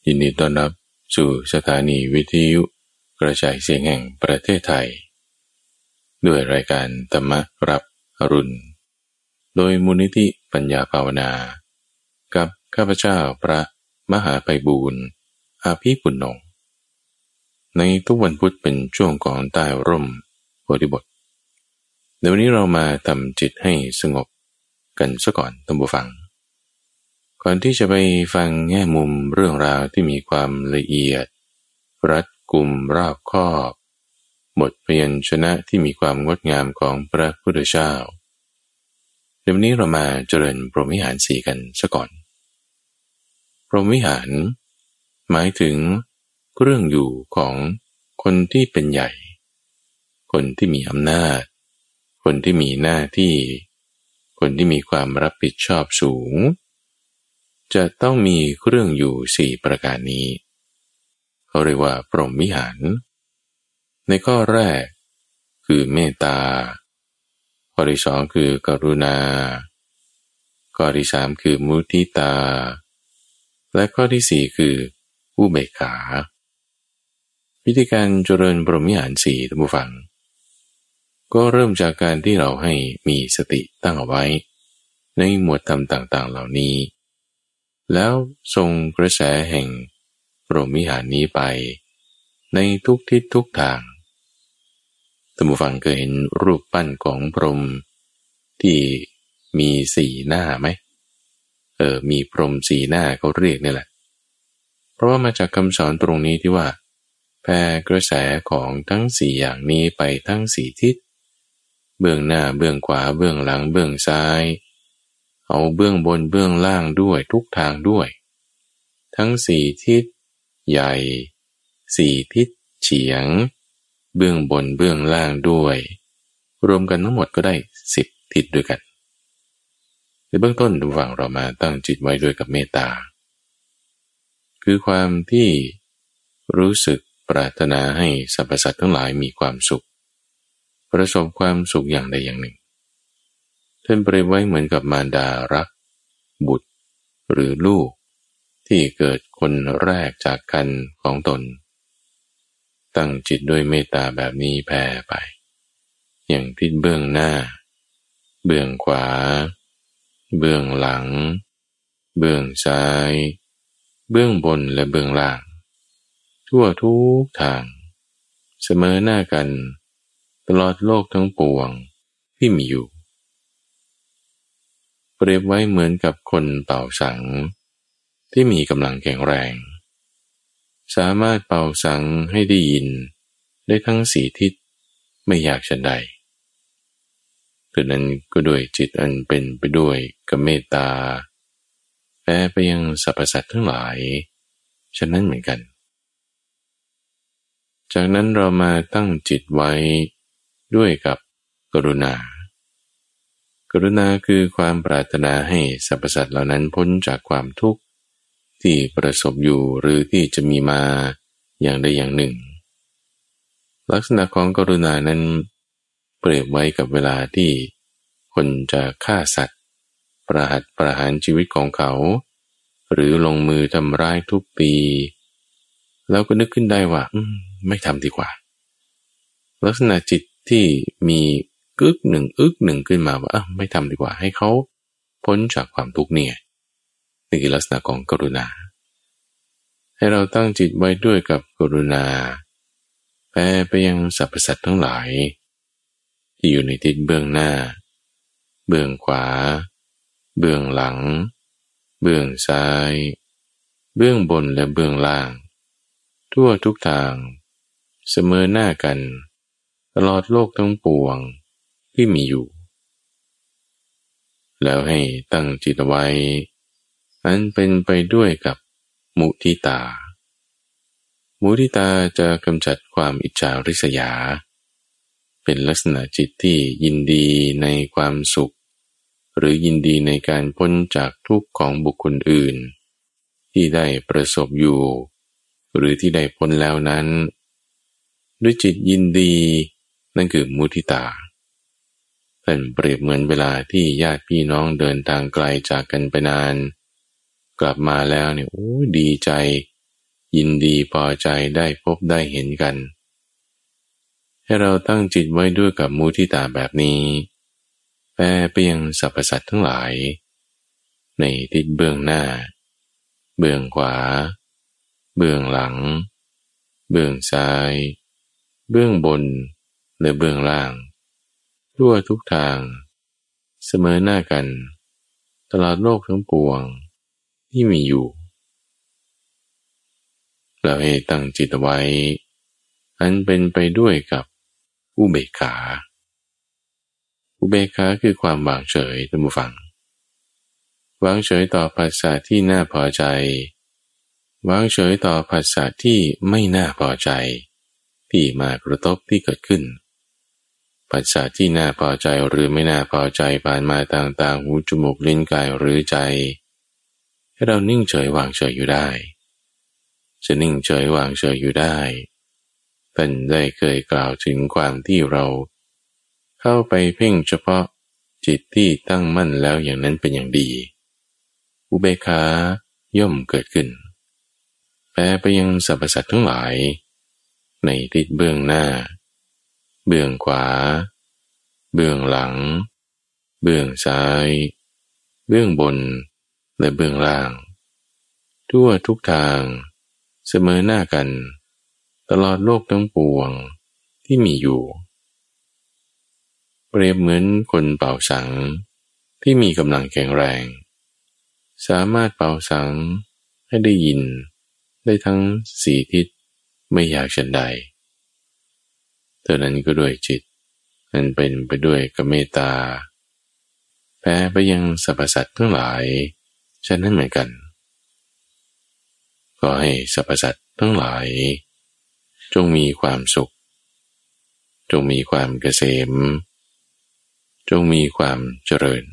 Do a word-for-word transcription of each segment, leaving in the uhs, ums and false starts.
ยินดีต้อนรับสู่สถานีวิทยุกระจายเสียงแห่งประเทศไทยด้วยรายการธรรมรับอรุณโดยมูลนิธิปัญญาภาวนากับข้าพเจ้าพระมหาไพบูลย์อาภีปุณโญในทุกวันพุธเป็นช่วงของใต้ร่มโพธิบทในวันนี้เรามาทำจิตให้สงบกันซะก่อนท่านผู้ฟังก่อนที่จะไปฟังแง่มุมเรื่องราวที่มีความละเอียดรัดกุมรอบคอบบทพยัญชนะที่มีความงดงามของพระพุทธเจ้าเดี๋ยววันนี้เรามาเจริญพรหมวิหารสี่กันซะก่อนพรหมวิหารหมายถึงเรื่องอยู่ของคนที่เป็นใหญ่คนที่มีอำนาจคนที่มีหน้าที่คนที่มีความรับผิดชอบสูงจะต้องมีเครื่องอยู่สี่ประการนี้เขาเรียกว่าพรหมวิหารในข้อแรกคือเมตตาข้อที่สองคือกรุณาข้อที่สามคือมุทิตาและข้อที่สี่คืออุเบกขาวิธีการเจริญพรหมวิหารสี่ท่านผู้ฟังก็เริ่มจากการที่เราให้มีสติตั้งเอาไว้ในหมวดธรรมต่างๆเหล่านี้แล้วส่งกระแสแห่งพรหมวิหารนี้ไปในทุกทิศทุกทางท่านผู้ฟังเคยเห็นรูปปั้นของพรหมที่มีสี่หน้าไหมเออมีพรหมสี่หน้าเขาเรียกนี่แหละเพราะว่ามาจากคำสอนตรงนี้ที่ว่าแผ่กระแสของทั้งสี่อย่างนี้ไปทั้งสี่ทิศเบื้องหน้าเบื้องขวาเบื้องหลังเบื้องซ้ายเอาเบื้องบนเบื้องล่างด้วยทุกทางด้วยทั้งสี่ทิศใหญ่สี่ทิศเฉียงเบื้องบนเบื้องล่างด้วยรวมกันทั้งหมดก็ได้สิบทิศด้วยกันในเบื้องต้นระหว่างเรามาตั้งจิตไว้ด้วยกับเมตตาคือความที่รู้สึกปรารถนาให้สรรพสัตว์ทั้งหลายมีความสุขประสบความสุขอย่างใดอย่างหนึ่งท่านเปรียบไว้เหมือนกับมารดารักบุตรหรือลูกที่เกิดคนแรกจากกันของตนตั้งจิตด้วยเมตตาแบบนี้แผ่ไปอย่างทิศเบื้องหน้าเบื้องขวาเบื้องหลังเบื้องซ้ายเบื้องบนและเบื้องล่างทั่วทุกทางเสมอหน้ากันตลอดโลกทั้งปวงที่มีอยู่เปรียบไว้เหมือนกับคนเป่าสังที่มีกำลังแข็งแรงสามารถเป่าสังให้ได้ยินได้ทั้งสี่ทิศไม่ยากฉันใดดังนั้นก็ด้วยจิตอันเป็นไปด้วยกับเมตตาแผ่ไปยังสรรพสัตว์ทั้งหลายฉะนั้นเหมือนกันจากนั้นเรามาตั้งจิตไว้ด้วยกับกรุณากรุณาคือความปรารถนาให้สรรพสัตว์เหล่านั้นพ้นจากความทุกข์ที่ประสบอยู่หรือที่จะมีมาอย่างใดอย่างหนึ่งลักษณะของกรุณานั้นเปรียบไว้กับเวลาที่คนจะฆ่าสัตว์ประหัตประหารชีวิตของเขาหรือลงมือทำร้ายทุบตีแล้วก็นึกขึ้นได้ว่าไม่ทำดีกว่าลักษณะจิตที่มีกึกหนึ่งอึกหนึ่งขึ้นมาว่าไม่ทำดีกว่าให้เขาพ้นจากความทุกข์เนี่ยนี่คือลักษณะของกรุณาให้เราตั้งจิตไว้ด้วยกับกรุณาแผ่ไปยังสรรพสัตว์ทั้งหลายที่อยู่ในทิศเบื้องหน้าเบื้องขวาเบื้องหลังเบื้องซ้ายเบื้องบนและเบื้องล่างทั่วทุกทางเสมอหน้ากันตลอดโลกทั้งปวงที่มีอยู่แล้วให้ตั้งจิตไว้อันเป็นไปด้วยกับมุทิตามุทิตาจะกำจัดความอิจฉาริษยาเป็นลักษณะจิตที่ยินดีในความสุขหรือยินดีในการพ้นจากทุกข์ของบุคคลอื่นที่ได้ประสบอยู่หรือที่ได้พ้นแล้วนั้นด้วยจิตยินดีนั่นคือมุทิตาเป็นเปรียบเหมือนเวลาที่ญาติพี่น้องเดินทางไกลจากกันไปนานกลับมาแล้วเนี่ยโอ้ดีใจยินดีพอใจได้พบได้เห็นกันให้เราตั้งจิตไว้ด้วยกับมุทิตาแบบนี้แผ่ไปยังสรรพสัตว์ทั้งหลายในทิศเบื้องหน้าเบื้องขวาเบื้องหลังเบื้องซ้ายเบื้องบนและเบื้องล่างทั่วทุกทางเสมอหน้ากันตลอดโลกทั้งปวงที่มีอยู่เราให้ตั้งจิตไว้อันเป็นไปด้วยกับอุเบกขาอุเบกขาคือความวางเฉยท่านผู้ฟังวางเฉยต่อภาษาที่น่าพอใจวางเฉยต่อภาษาที่ไม่น่าพอใจที่มากระทบที่เกิดขึ้นภาษาที่น่าพอใจหรือไม่น่าพอใจผ่านมาต่างๆหูจมูกลิ้นกายหรือใจให้เรานิ่งเฉยวางเฉยอยู่ได้จะนิ่งเฉยวางเฉยอยู่ได้ท่านได้เคยกล่าวถึงความที่เราเข้าไปเพ่งเฉพาะจิตที่ตั้งมั่นแล้วอย่างนั้นเป็นอย่างดีอุเบกขาย่อมเกิดขึ้นแผ่ไปยังสรรพสัตว์ทั้งหลายในทิศเบื้องหน้าเบื้องขวาเบื้องหลังเบื้องซ้ายเบื้องบนและเบื้องล่างทั่วทุกทางเสมอหน้ากันตลอดโลกทั้งปวงที่มีอยู่เปรียบเหมือนคนเป่าสังที่มีกำลังแข็งแรงสามารถเป่าสังให้ได้ยินได้ทั้งสี่ทิศไม่ยากฉันใดเท่านั้นก็ด้วยจิตนั้นเป็นไปด้วยกเมตตาแผ่ไปยังสรรพสัตว์ทั้งหลายฉะนั้นเหมือนกันก็ให้สรรพสัตว์ทั้งหลายจงมีความสุขจงมีความเกษมจงมีความเจริญ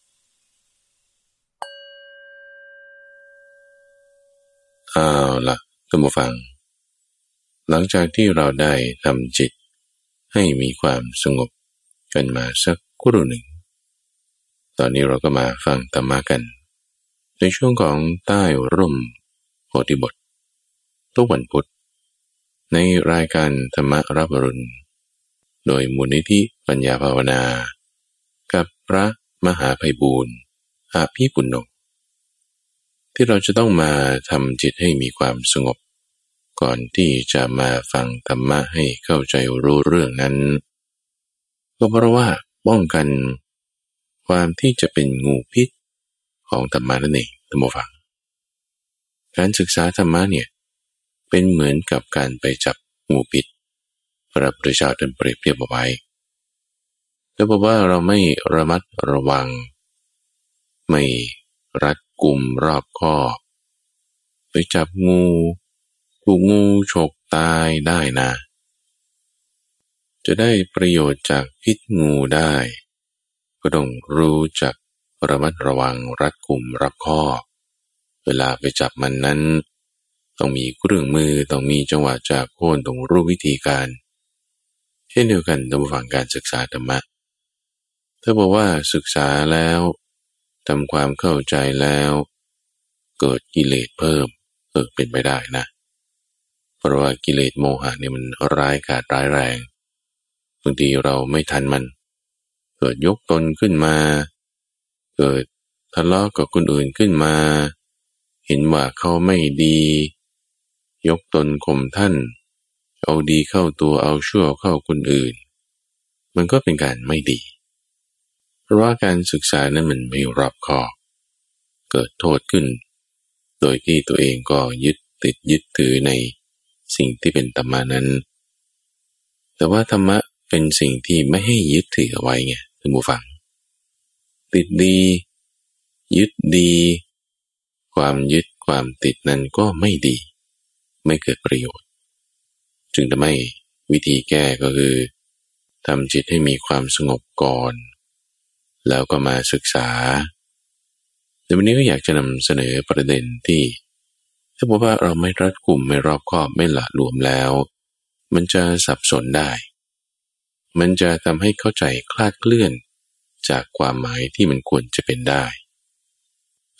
เอาล่ะท่านผู้ฟังหลังจากที่เราได้ทำจิตให้มีความสงบกันมาสักครู่หนึ่งตอนนี้เราก็มาฟังธรรมะกันในช่วงของใต้ร่มโพธิบททุกวันพุธในรายการธรรมรับอรุณโดยมูลนิธิปัญญาภาวนากับพระมหาไพบูลย์อาภีปุณโญที่เราจะต้องมาทำจิตให้มีความสงบก่อนที่จะมาฟังธรรมะให้เข้าใจรู้เรื่องนั้นก็เพราะว่าป้องกันความที่จะเป็นงูพิษของธรรมะนั่นเองท่านผู้ฟังการศึกษาธรรมะเนี่ยเป็นเหมือนกับการไปจับงูพิษพระพุทธเจ้าท่านเปรียบเทียบเอาไว้แต่บอกว่าเราไม่ระมัดระวังไม่รัดกุมรอบคอบไปจับงูถูกงูฉกตายได้นะจะได้ประโยชน์จากพิษงูได้ก็ต้องรู้จักระมัดระวังรัดกุมรอบคอบเวลาไปจับมันนั้นต้องมีเครื่องมือต้องมีจังหวะจากโคนต้องรู้วิธีการเช่นเดียวกันในฝั่งการศึกษาธรรมะถ้าบอกว่าศึกษาแล้วทำความเข้าใจแล้วเกิดกิเลสเพิ่มเออเป็นไปได้นะเพราะว่ากิเลสโมหะเนี่ยมันร้ายกาจร้ายแรงบางทีเราไม่ทันมันเกิดยกตนขึ้นมาเกิดทะเลาะกับคนอื่นขึ้นมาเห็นว่าเขาไม่ดียกตนข่มท่านเอาดีเข้าตัวเอาชั่วเข้าคนอื่นมันก็เป็นการไม่ดีเพราะว่าการศึกษานั้นมันไม่รอบคอบเกิดโทษขึ้นโดยที่ตัวเองก็ยึดติดยึดถือในสิ่งที่เป็นธรรมะนั้นแต่ว่าธรรมะเป็นสิ่งที่ไม่ให้ยึดถือเอาไว้ไงท่านผู้ฟังติดดียึดดีความยึดความติดนั้นก็ไม่ดีไม่เกิดประโยชน์จึงทำให้วิธีแก้ก็คือทำจิตให้มีความสงบก่อนแล้วก็มาศึกษาแต่วันนี้ก็อยากจะนำเสนอประเด็นที่ถ้าบอกว่าเราไม่รัดกุมไม่รอบคอบไม่หละหลวมแล้วมันจะสับสนได้มันจะทำให้เข้าใจคลาดเคลื่อนจากความหมายที่มันควรจะเป็นได้ค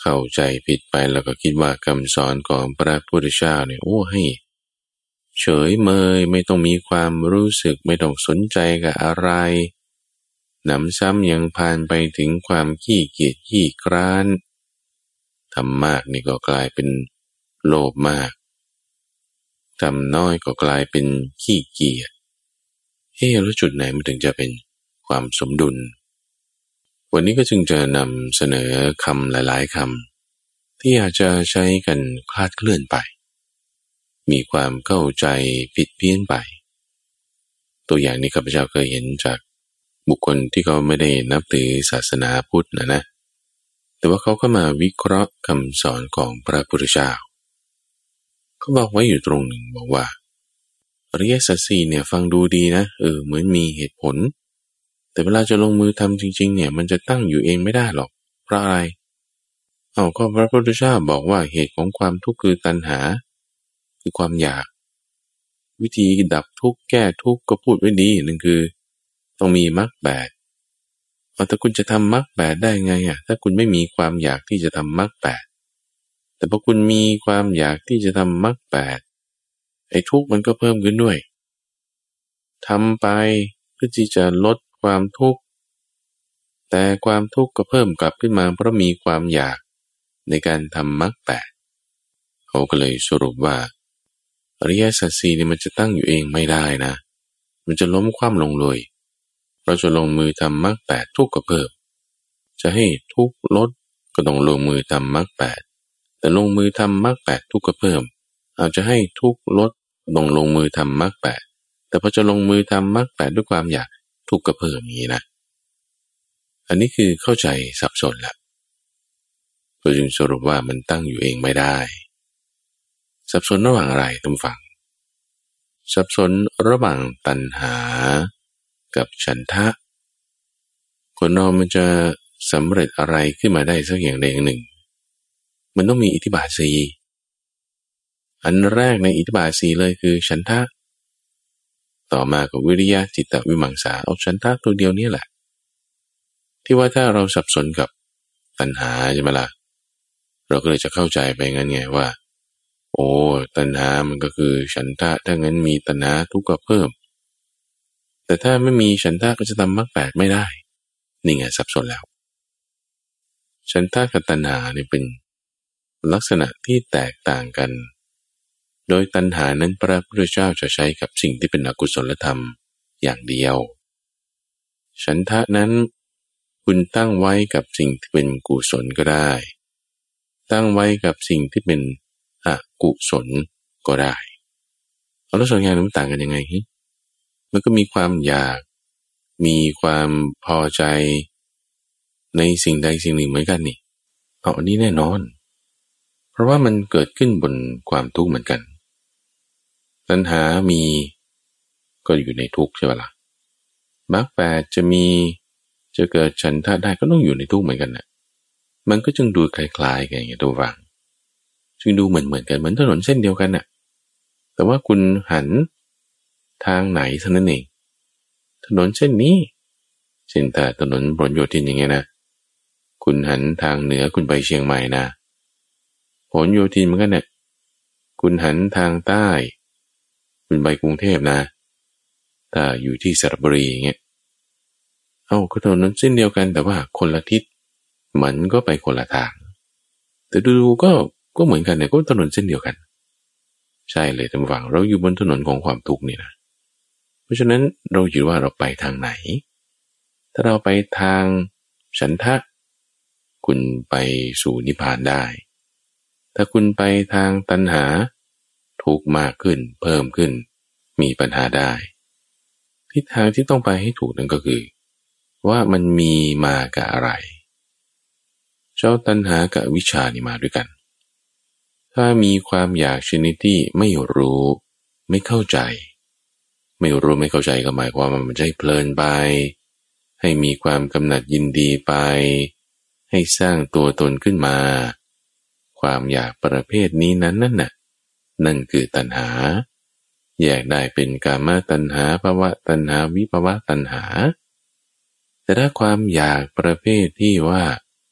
เข้าใจผิดไปแล้วก็คิดว่าคำสอนของพระพุทธเจ้าเนี่ยโอ้ให้เฉยเมยไม่ต้องมีความรู้สึกไม่ต้องสนใจกับอะไรหนำซ้ำยังพานไปถึงความขี้เกียจขี้คร้านทำมากนี่ก็กลายเป็นโลภมากทำน้อยก็กลายเป็นขี้เกียจเอ๊ะแล้วจุดไหนมันถึงจะเป็นความสมดุลวันนี้ก็จึงจะนำเสนอคำหลายๆคำที่อาจจะใช้กันคลาดเคลื่อนไปมีความเข้าใจผิดเพี้ยนไปตัวอย่างนี้ข้าพเจ้าเคยเห็นจากบุคคลที่เขาไม่ได้นับถือศาสนาพุทธนะนะแต่ว่าเขาก็มาวิเคราะห์คำสอนของพระพุทธเจ้าเขาบอกไว้อยู่ตรงหนึ่งบอกว่าอริยสัจสี่เนี่ยฟังดูดีนะเออเหมือนมีเหตุผลแต่เวลาจะลงมือทำจริงๆเนี่ยมันจะตั้งอยู่เองไม่ได้หรอกเพราะอะไรเอาก็พระพุทธเจ้าบอกว่าเหตุของความทุกข์คือตัณหาคือความอยากวิธีดับทุกข์แก้ทุกข์ก็พูดไว้ดีหนึ่งคือต้องมีมรรคแปดเอาแต่คุณจะทำมรรคแปดได้ไงอ่ะถ้าคุณไม่มีความอยากที่จะทำมรรคแปดแต่พอคุณมีความอยากที่จะทำมรรคแปดไอ้ทุกข์มันก็เพิ่มขึ้นด้วยทำไปเพื่อที่จะลดความทุกข์แต่ความทุกข์ก็เพิ่มกลับขึ้นมาเพราะมีความอยากในการทำมรรคแปดเขาก็เลยสรุปว่าอริยสัจสี่นี่มันจะตั้งอยู่เองไม่ได้นะมันจะล้มคว่ำลงเลยเราจะลงมือทำมรรคแปดทุกข์ก็เพิ่มจะให้ทุกข์ลดก็ต้องลงมือทำมรรคแปดแต่ลงมือทำมรรคแปดทุกข์ก็เพิ่มอาจจะให้ทุกข์ลดต้องลงมือทำมรรคแปดแต่พอจะลงมือทำมรรคแปดด้วยความอยากทุกข์ก็เพิ่มอย่างนี้นะอันนี้คือเข้าใจสับสนละก็จึงสรุปว่ามันตั้งอยู่เองไม่ได้สับสนระหว่างอะไรทุกฝั่งสับสนระหว่างตัณหากับฉันทะคนเรามันจะสำเร็จอะไรขึ้นมาได้สักอย่างใดอย่างหนึ่งมันต้องมีอิทธิบาทสี่อันแรกในอิทธิบาทสี่เลยคือฉันทะต่อมากับวิริยะจิตตวิมังสาเอาฉันทะตัวเดียวนี้แหละที่ว่าถ้าเราสับสนกับตัณหาใช่ไหมล่ะเราก็เลยจะเข้าใจไปงั้นไงว่าโอ้ตัณหามันก็คือฉันทะถ้างั้นมีตัณหาทุกข์ก็เพิ่มแต่ถ้าไม่มีฉันทะก็จะทำมรรคแปดไม่ได้นี่ไงสับสนแล้วฉันทะกับตัณหาเนี่ยเป็นลักษณะที่แตกต่างกันโดยตัณหานั้นพระพุทธเจ้าจะใช้กับสิ่งที่เป็นอกุศลธรรมอย่างเดียวฉันทะนั้นคุณตั้งไว้กับสิ่งที่เป็นกุศลก็ได้ตั้งไว้กับสิ่งที่เป็นอกุศลก็ได้แล้วสองอย่างนั้นต่างกันยังไงมันก็มีความอยากมีความพอใจในสิ่งใดสิ่งหนึ่งเหมือนกันนี่เอาอันนี้แน่นอนเพราะว่ามันเกิดขึ้นบนความทุกข์เหมือนกันตัณหามีก็อยู่ในทุกข์ใช่ไหมล่ะมรรคแปดจะมีจะเกิดฉันทะได้ก็ต้องอยู่ในทุกข์เหมือนกันนะมันก็จึงดูคล้ายๆกันอย่างตัวฟังจึงดูเหมือนๆกันเหมือนถนนเส้นเดียวกันน่ะแต่ว่าคุณหันทางไหนเท่านั้นเองถนนเส้นนี้เช่นแต่ถนนพหลโยธินอย่างเงี้ยนะคุณหันทางเหนือคุณไปเชียงใหม่นะพหลโยธินมันก็เนี่ยคุณหันทางใต้คุณไปกรุงเทพนะถ้าอยู่ที่สระบุรีอย่างเงี้ยเอ้าก็ถนนเส้นเดียวกันแต่ว่าคนละทิศมันก็ไปคนละทางแต่ดูๆก็ก็เหมือนกันเนี่ยก็ถนนเส้นเดียวกันใช่เลยท่านผู้ฟังเราอยู่บนถนนของความทุกข์นี่นะเพราะฉะนั้นเราคิดว่าเราไปทางไหนถ้าเราไปทางฉันทะคุณไปสู่นิพพานได้ถ้าคุณไปทางตัณหาทุกข์มากขึ้นเพิ่มขึ้นมีปัญหาได้ทิศทางที่ต้องไปให้ถูกนั่นก็คือว่ามันมีมากับอะไรเจ้าตัณหากับวิชานี่มาด้วยกันถ้ามีความอยากชนิดที่ไม่รู้ไม่เข้าใจไม่รู้ไม่เข้าใจก็หมายความว่ามันจะให้เพลินไปให้มีความกำหนัดยินดีไปให้สร้างตัวตนขึ้นมาความอยากประเภทนี้นั้นนั่นน่ะนั่นคือตัณหาแยกได้เป็นกามตัณหาภวตัณหาวิภวตัณหาแต่ถ้าความอยากประเภทที่ว่า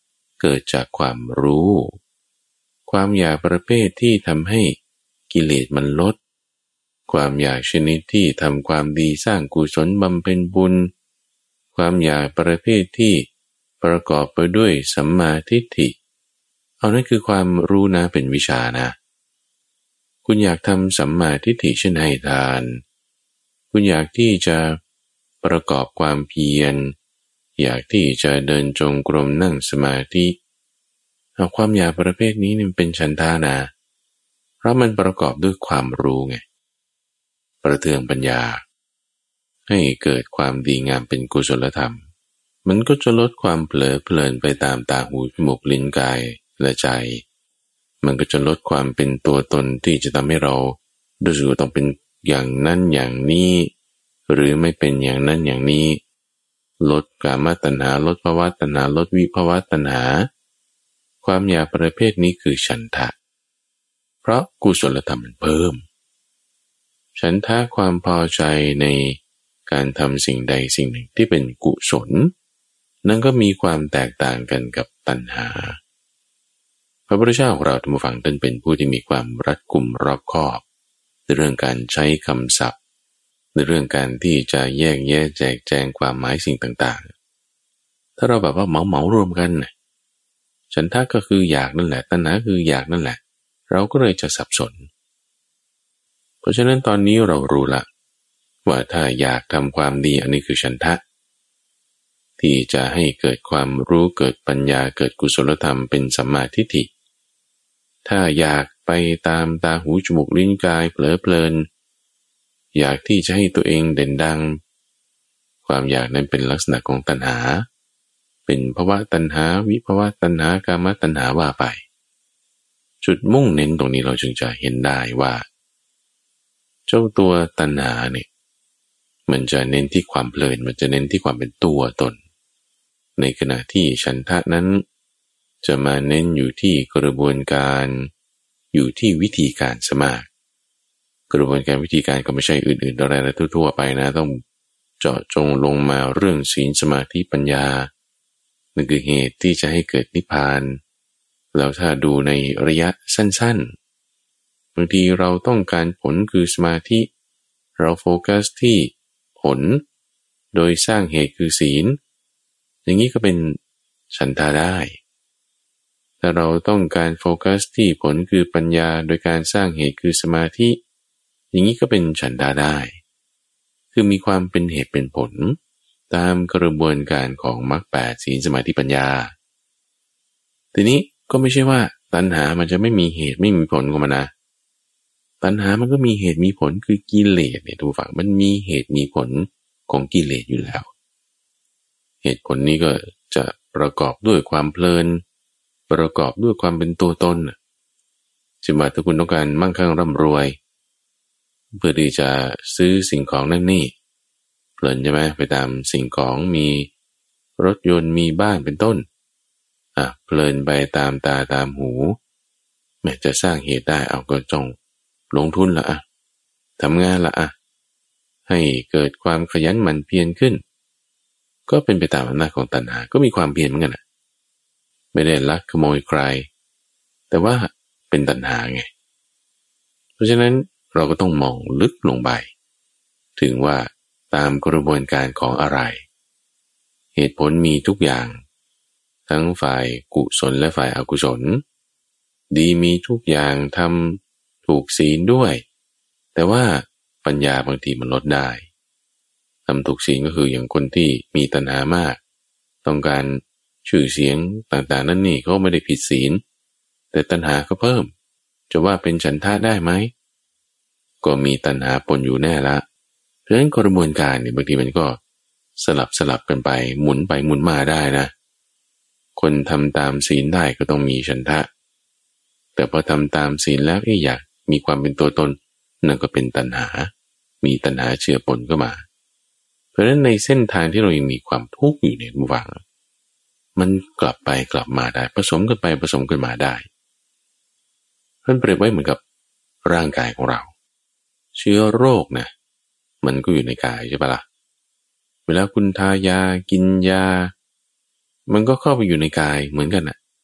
เกิดจากความรู้ความอยากประเภทที่ทำให้กิเลสมันลดความอยากชนิดที่ทำความดีสร้างกุศลบำเพ็ญบุญความอยากประเภทที่ประกอบไปด้วยสัมมาทิฏฐิเอานั่นคือความรู้นะเป็นวิชานะคุณอยากทำสัมมาทิฏฐิเช่นให้ทานคุณอยากที่จะประกอบความเพียรอยากที่จะเดินจงกรมนั่งสมาธิเอาความอยากประเภทนี้นี่เป็นฉันทานะเพราะมันประกอบด้วยความรู้ไงประเทืองปัญญาให้เกิดความดีงามเป็นกุศลธรรมมันก็จะลดความเผลอเพลินไปตามตาหูจมูกลิ้นกายและใจมันก็จะลดความเป็นตัวตนที่จะทำให้เรารู้สึกต้องเป็นอย่างนั้นอย่างนี้หรือไม่เป็นอย่างนั้นอย่างนี้ลดกามตัณหาลดภวตัณหาลดวิภวตัณหาความอยากประเภทนี้คือฉันทะเพราะกุศลธรรมมันเพิ่มฉันทะความพอใจในการทำสิ่งใดสิ่งหนึ่งที่เป็นกุศลนั่นก็มีความแตกต่างกันกับตัณหาพระพุทธเจ้าของเราท่านผู้ฟังท่านเป็นผู้ที่มีความรัดกุมรอบคอบในเรื่องการใช้คำศัพท์ในเรื่องการที่จะแยกแยะแจกแจงความหมายสิ่งต่างๆถ้าเราแบบว่าเหมาเหมารวมกันฉันทะก็คืออยากนั่นแหละตัณหาคืออยากนั่นแหละเราก็เลยจะสับสนเพราะฉะนั้นตอนนี้เรารู้ละว่าถ้าอยากทำความดีอันนี้คือฉันทะที่จะให้เกิดความรู้เกิดปัญญาเกิดกุศลธรรมเป็นสัมมาทิฏฐิถ้าอยากไปตามตาหูจมูกลิ้นกายเผลอเพลินอยากที่จะให้ตัวเองเด่นดังความอยากนั้นเป็นลักษณะของตัณหาเป็นภวตัณหาวิภวตัณหากามตัณหาว่าไปจุดมุ่งเน้นตรงนี้เราจึงจะเห็นได้ว่าเจ้าตัวตัณหาเนี่ยมันจะเน้นที่ความเพลินมันจะเน้นที่ความเป็นตัวตนในขณะที่ฉันทะนั้นจะมาเน้นอยู่ที่กระบวนการอยู่ที่วิธีการสมากกระบวนการวิธีการก็ไม่ใช่อื่นๆอะไรๆทั่วๆไปนะต้องเจาะจงลงมาเรื่องศีลสมาธิปัญญานั่นคือเหตุที่จะให้เกิดนิพพานแล้วถ้าดูในระยะสั้นๆบางทีเราต้องการผลคือสมาธิเราโฟกัสที่ผลโดยสร้างเหตุคือศีลอย่างนี้ก็เป็นฉันทะได้ถ้าเราต้องการโฟกัสที่ผลคือปัญญาโดยการสร้างเหตุคือสมาธิอย่างนี้ก็เป็นฉันทะได้คือมีความเป็นเหตุเป็นผลตามกระบวนการของมรรคแปดศีลสมาธิปัญญาทีนี้ก็ไม่ใช่ว่าตัณหามันจะไม่มีเหตุไม่มีผลของมันนะตัณหามันก็มีเหตุมีผลคือกิเลสเนี่ยทุกฝั่งมันมีเหตุมีผลของกิเลสอยู่แล้วเหตุผลนี้ก็จะประกอบด้วยความเพลินประกอบด้วยความเป็นตัวตนเช่นว่าถ้าคุณต้องการมั่งคั่งร่ำรวยเพื่อที่จะซื้อสิ่งของนั่นนี่เพลินใช่ไหมไปตามสิ่งของมีรถยนต์มีบ้านเป็นต้นอ่ะเพลินไปตามตาตามหูแม้จะสร้างเหตุได้เอาก็จงลงทุนละอ่ะทำงานละอ่ะให้เกิดความขยันหมั่นเพียรขึ้นก็เป็นไปตามอำนาจของตัณหาก็มีความเพียรเหมือนกันนะไม่ได้ลักขโมยใครแต่ว่าเป็นตัณหาไงเพราะฉะนั้นเราก็ต้องมองลึกลงไปถึงว่าตามกระบวนการของอะไรเหตุผลมีทุกอย่างทั้งฝ่ายกุศลและฝ่ายอกุศลดีมีทุกอย่างทำถูกศีลด้วยแต่ว่าปัญญาบางทีมันลดได้ทำถูกศีลก็คืออย่างคนที่มีตัณหามากต้องการชื่อเสียงต่างๆนั่นนี่เขาไม่ได้ผิดศีลแต่ตัณหาก็เพิ่มจะว่าเป็นฉันทะได้ไหมก็มีตัณหาปนอยู่แน่ละเพราะฉะนั้นกระบวนการเนี่ยบางทีมันก็สลับสลับกันไปหมุนไปหมุนมาได้นะคนทำตามศีลได้ก็ต้องมีฉันทะแต่พอทำตามศีลแล้วเอ๊ะอยากมีความเป็นตัวตนนั่นก็เป็นตัณหามีตัณหาเชื้อปนเข้ามาเพราะฉะนั้นในเส้นทางที่เรายังมีความทุกข์อยู่เนี่ยระหว่างมันกลับไปกลับมาได้ผสมกันไปผสมกันมาได้มันเปรียบไว้เหมือนกับร่างกายของเราเชื้อโรคนะมันก็อยู่ในกายใช่ปะล่ะเวลาคุณทายากินยามันก็เข้าไปอยู่ในกายเหมือนกันน่ะ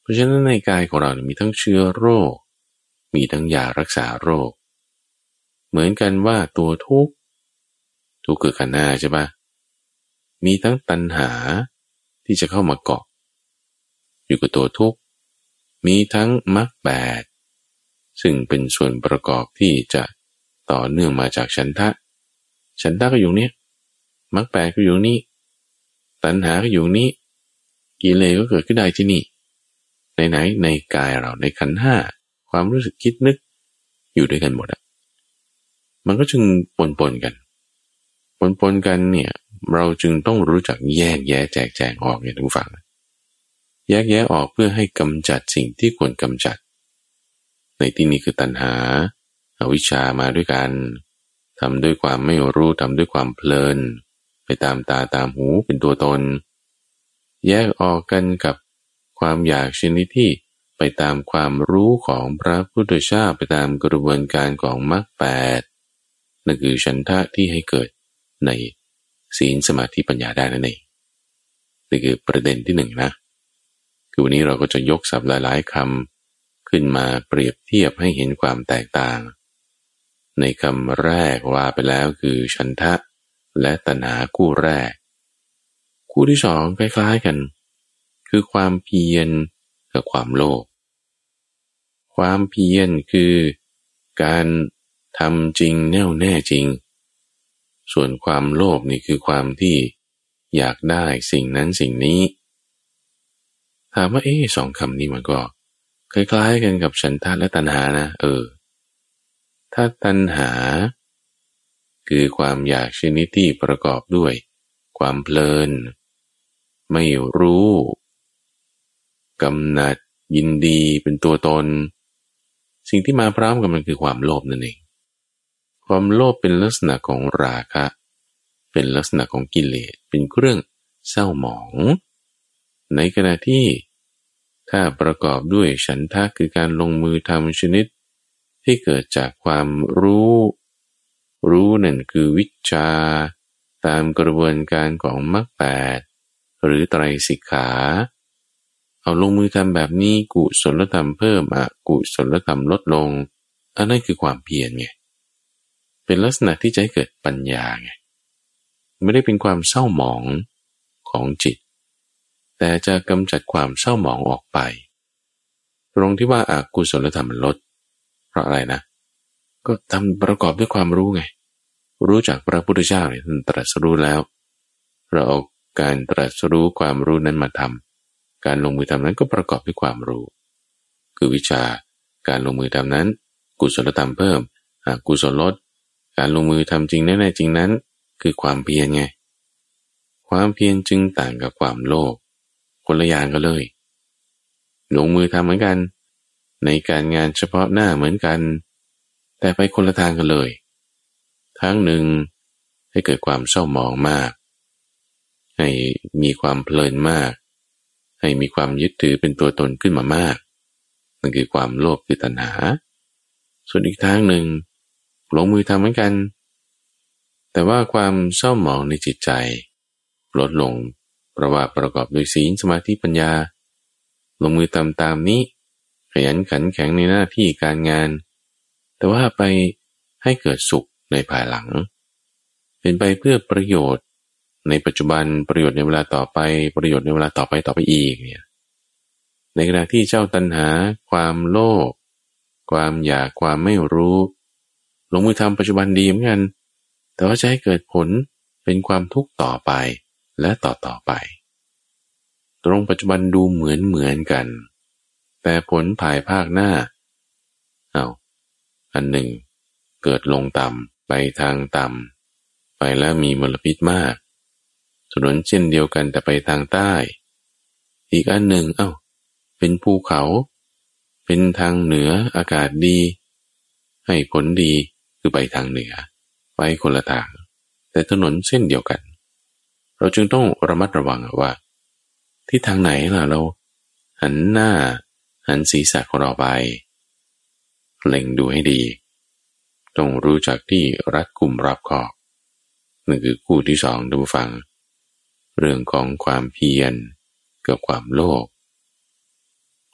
ราะฉะนั้นในกายของเรามีทั้งเชื้อโรคมีทั้งยารักษาโรคเหมือนกันว่าตัวทุกข์ทุกข์คือขันธ์ห้าใช่ปะมีทั้งตัณหาที่จะเข้ามาเกาะอยู่กับตัวทุกข์มีทั้งมรรคแปดซึ่งเป็นส่วนประกอบที่จะต่อเนื่องมาจากฉันทะฉันทะก็อยู่เนี้ยมรรคแปดก็อยู่นี่ตัณหาก็อยู่นี่กิเลสก็เกิดขึ้นได้ที่นี่ไหนๆในกายเราในขันธ์ห้าความรู้สึกคิดนึกอยู่ด้วยกันหมดอ่ะมันก็จึงปนปนกันปนปนกันเนี่ยเราจึงต้องรู้จักแยกแยะแจกแจงออกอย่างทุกฝั่งแยกแยะออกเพื่อให้กำจัดสิ่งที่ควรกำจัดในที่นี้คือตัณหาอวิชชามาด้วยกันทำด้วยความไม่รู้ทำด้วยความเพลินไปตามตาตามหูเป็นตัวตนแยกออกกันกับความอยากชนิดที่ไปตามความรู้ของพระพุทธเจ้าไปตามกระบวนการของมรรคแปดนั่นคือฉันทะที่ให้เกิดในศีลสมาธิปัญญาได้นั่นเองนี่คือประเด็นที่หนึ่งนะคือวันนี้เราก็จะยกศัพท์หลายๆคำขึ้นมาเปรียบเทียบให้เห็นความแตกต่างในคำแรกว่าไปแล้วคือฉันทะและตัณหาคู่แรกคู่ที่สองคล้ายๆกันคือความเพียรกับความโลภความเพียรคือการทำจริงแน่วแน่จริงส่วนความโลภนี่คือความที่อยากได้สิ่งนั้นสิ่งนี้ถามว่าเอ๊ะสองคำนี้มันก็คล้ายๆกันกับฉันทะและตัณหานะเออถ้าตัณหาคือความอยากชนิดที่ประกอบด้วยความเพลินไม่รู้กำหนัดยินดีเป็นตัวตนสิ่งที่มาพร้อมกันมันคือความโลภนั่นเองความโลภเป็นลักษณะของราคะเป็นลักษณะของกิเลสเป็นเครื่องเศร้าหมองในขณะที่ถ้าประกอบด้วยฉันทะคือการลงมือทำชนิดที่เกิดจากความรู้รู้นั่นคือวิชชาตามกระบวนการของมรรคแปดหรือไตรสิกขาเอาลงมือทำแบบนี้กุศลธรรมเพิ่มอกุศลธรรมลดลงอันนั้นคือความเพียรไงเป็นลักษณะที่จะให้เกิดปัญญาไงไม่ได้เป็นความเศร้าหมองของจิตแต่จะกำจัดความเศร้าหมองออกไปตรงที่ว่าอกุศลธรรมมันลดเพราะอะไรนะก็ทำประกอบด้วยความรู้ไงรู้จักพระพุทธเจ้าเนี่ยท่านตรัสรู้แล้วเราเอาการตรัสรู้ความรู้นั้นมาทำการลงมือทำนั้นก็ประกอบด้วยความรู้คือวิชาการลงมือทำนั้นกุศลธรรมเพิ่มอกุศลลดการลงมือทำจริงแน่ๆจริงนั้นคือความเพียรไงความเพียรจึงต่างกับความโลภคนละอย่างกันเลยลงมือทำเหมือนกันในการงานเฉพาะหน้าเหมือนกันแต่ไปคนละทางกันเลยทางหนึ่งให้เกิดความเศร้าหมองมากให้มีความเพลินมากให้มีความยึดถือเป็นตัวตนขึ้นมามากนั่นคือความโลภคือตัณหาส่วนอีกทางหนึ่งลงมือทำเหมือนกันแต่ว่าความเศร้าหมองในจิตใจลดลงเพราะว่าประกอบด้วยศีลสมาธิปัญญาลงมือทำตามนี้ขยันขันแข็งในหน้าที่การงานแต่ว่าไปให้เกิดสุขในภายหลังเป็นไปเพื่อประโยชน์ในปัจจุบันประโยชน์ในเวลาต่อไปประโยชน์ในเวลาต่อไปต่อไปอีกเนี่ยในขณะที่เจ้าตัณหาความโลภความอยากความไม่รู้ลงมือทำปัจจุบันดีเหมือนกันแต่ว่าจะให้เกิดผลเป็นความทุกข์ต่อไปและต่อต่อไปตรงปัจจุบันดูเหมือนเหมือนกันแต่ผลภายภาคหน้าเอาอันหนึ่งเกิดลงต่ำไปทางต่ำไปแล้วมีมลพิษมากถนนเช่นเดียวกันแต่ไปทางใต้อีกอันหนึ่งเอ้าเป็นภูเขาเป็นทางเหนืออากาศดีให้ผลดีคือไปทางเหนือไปคนละทางแต่ถนนเส้นเดียวกันเราจึงต้องระมัดระวังว่าที่ทางไหนล่ะเราหันหน้าหันศีรษะของเราไปเล็งดูให้ดีต้องรู้จักที่รัดกุมรอบคอบนั่นคือคู่ที่สองดูฟังเรื่องของความเพียรกับความโลภ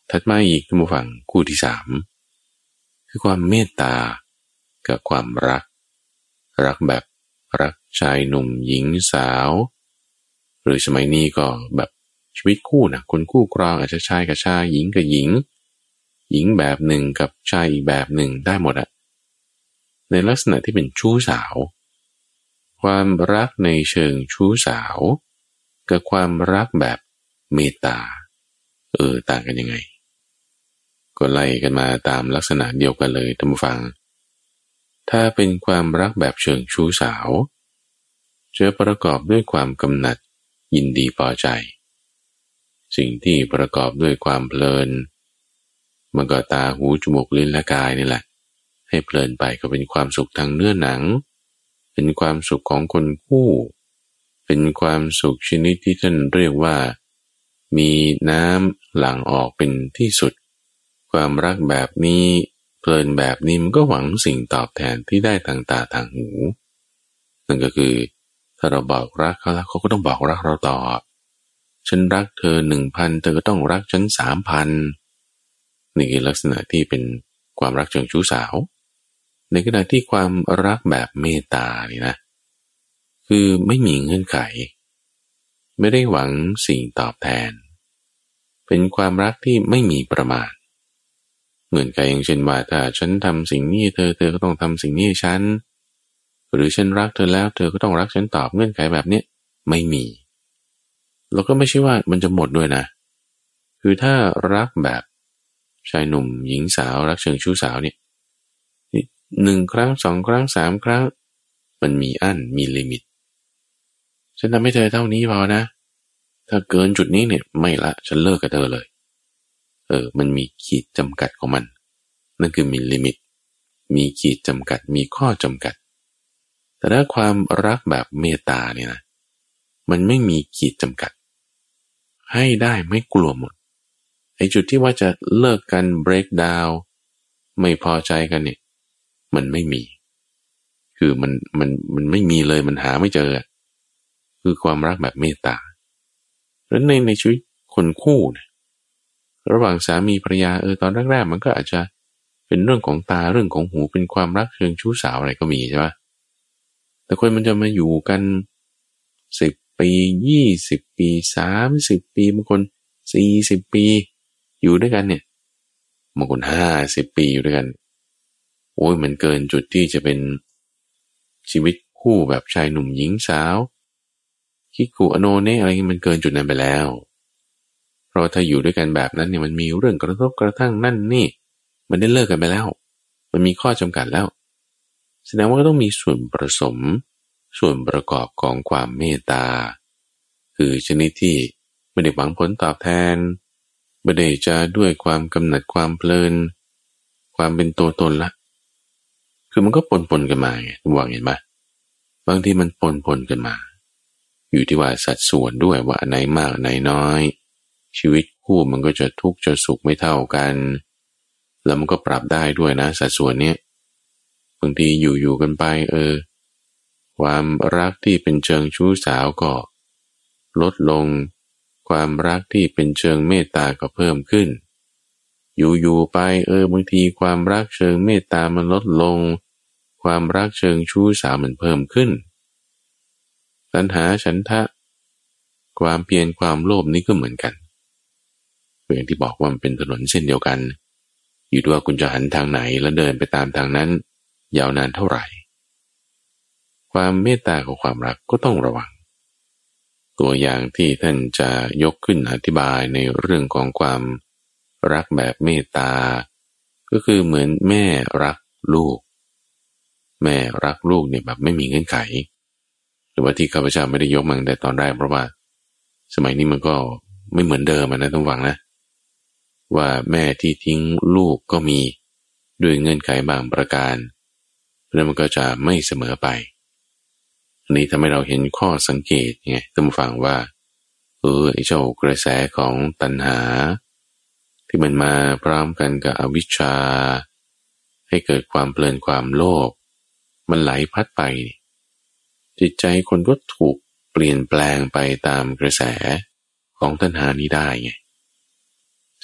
ถัดมาอีกท่านผู้ฟังคู่ที่สามคือความเมตตากับความรักรักแบบรักชายหนุ่มหญิงสาวหรือสมัยนี้ก็แบบชีวิตคู่นะคนคู่ครองอาจจะชายกับชายหญิงกับหญิงหญิงแบบหนึ่งกับชายอีกแบบหนึ่งได้หมดอะในลักษณะที่เป็นชู้สาวความรักในเชิงชู้สาวกับความรักแบบเมตตาเออต่างกันยังไงก็ไล่กันมาตามลักษณะเดียวกันเลยท่านผู้ฟังถ้าเป็นความรักแบบเชิงชู้สาวจะประกอบด้วยความกำหนัดยินดีพอใจสิ่งที่ประกอบด้วยความเพลินมันก็ตาหูจมูกลิ้นและกายนี่แหละให้เพลินไปก็เป็นความสุขทางเนื้อหนังเป็นความสุขของคนคู่เป็นความสุขชนิดที่ท่านเรียกว่ามีน้ำหลั่งออกเป็นที่สุดความรักแบบนี้เพลินแบบนี้มันก็หวังสิ่งตอบแทนที่ได้ทางตาทางหูนั่นก็คือถ้าเราบอกรักเขาแล้วเขาก็ต้องบอกรักเราตอบฉันรักเธอหนึ่งพันเธอก็ต้องรักฉันสามพันนี่คือลักษณะที่เป็นความรักเชิงชู้สาวในขณะที่ความรักแบบเมตตานี่นะคือไม่มีเงื่อนไขไม่ได้หวังสิ่งตอบแทนเป็นความรักที่ไม่มีประมาณเงื่อนไขอย่างเช่นว่าถ้าฉันทำสิ่งนี้เธอเธอก็ต้องทำสิ่งนี้ให้ฉันหรือฉันรักเธอแล้วเธอก็ต้องรักฉันตอบเงื่อนไขแบบนี้ไม่มีแล้วก็ไม่ใช่ว่ามันจะหมดด้วยนะคือถ้ารักแบบชายหนุ่มหญิงสาวรักเชิงชู้สาวเนี่ยหนึ่งครั้งสองครั้งสามครั้งมันมีอั้นมีลิมิตฉันทำให้เธอเท่านี้พอนะถ้าเกินจุดนี้เนี่ยไม่ละฉันเลิกกับเธอเลยเออมันมีขีดจำกัดของมันนั่นคือมีลิมิตมีขีดจำกัดมีข้อจำกัดแต่ถ้าความรักแบบเมตตาเนี่ยนะมันไม่มีขีดจำกัดให้ได้ไม่กลัวหมดไอ้จุดที่ว่าจะเลิกกัน break down ไม่พอใจกันเนี่ยมันไม่มีคือมันมันมันไม่มีเลยมันหาไม่เจอคือความรักแบบเมตตาแล้วในในชีวิตคนคู่เนี่ยระหว่างสามีภรรยาเออตอนแรกๆมันก็อาจจะเป็นเรื่องของตาเรื่องของหูเป็นความรักเชิงชู้สาวอะไรก็มีใช่ปะแต่คนมันจะมาอยู่กันสิบปียี่สิบปีสามสิบปีบางคนสี่สิบปีอยู่ด้วยกันเนี่ยบางคนห้าสิบปีอยู่ด้วยกันโอ้ยมันเกินจุดที่จะเป็นชีวิตคู่แบบชายหนุ่มหญิงสาวคิกคุอโนเนะอะไรมันเกินจุดนั้นไปแล้วเพราะถ้าอยู่ด้วยกันแบบนั้นเนี่ยมันมีเรื่องกระทบกระทั่งนั่นนี่มันได้เลิกกันไปแล้วมันมีข้อจำกัดแล้วแสดงว่าก็ต้องมีส่วนผสมส่วนประกอบของความเมตตาคือชนิดที่ไม่ได้หวังผลตอบแทนไม่ได้จะด้วยความกำหนัดความเพลินความเป็นตัวตนละคือมันก็ปนปนกันมาไงทุกวันเห็นไหมบางทีมันปนปนกันมาอยู่ที่ว่าสัดส่วนด้วยว่าอันไหนมากอันไหนน้อยชีวิตคู่มันก็จะทุกข์จะสุขไม่เท่ากันแล้วมันก็ปรับได้ด้วยนะสัดส่วนเนี้ยบางทีอยู่ๆกันไปเออความรักที่เป็นเชิงชู้สาวก็ลดลงความรักที่เป็นเชิงเมตตาก็เพิ่มขึ้นอยู่ๆไปเออบางทีความรักเชิงเมตตามันลดลงความรักเชิงชู้สาวมันเพิ่มขึ้นตัณหาฉันทะความเพียรความโลภนี่ก็เหมือนกันอย่างที่บอกว่ามันเป็นถนนเส้นเดียวกันอยู่ด้วยว่าคุณจะหันทางไหนแล้วเดินไปตามทางนั้นยาวนานเท่าไหร่ความเมตตากับความรักก็ต้องระวังตัวอย่างที่ท่านจะยกขึ้นอธิบายในเรื่องของความรักแบบเมตตาก็คือเหมือนแม่รักลูกแม่รักลูกเนี่ยแบบไม่มีเงื่อนไขหรือว่าที่ข้าพเจ้าไม่ได้ยกมาแต่ตอนแรกเพราะว่าสมัยนี้มันก็ไม่เหมือนเดิมนะต้องฟังนะว่าแม่ที่ทิ้งลูกก็มีด้วยเงื่อนไขบางประการแล้วมันก็จะไม่เสมอไปอันนี้ทำให้เราเห็นข้อสังเกตไงท่านผู้ฟังว่าเออไอ้เจ้ากระแสของตัณหาที่มันมาพร้อมกันกับอวิชชาให้เกิดความเพลินความโลภมันไหลพัดไปจิตใจคนก็ถูกเปลี่ยนแปลงไปตามกระแสของตัณหานี้ได้ไงฉ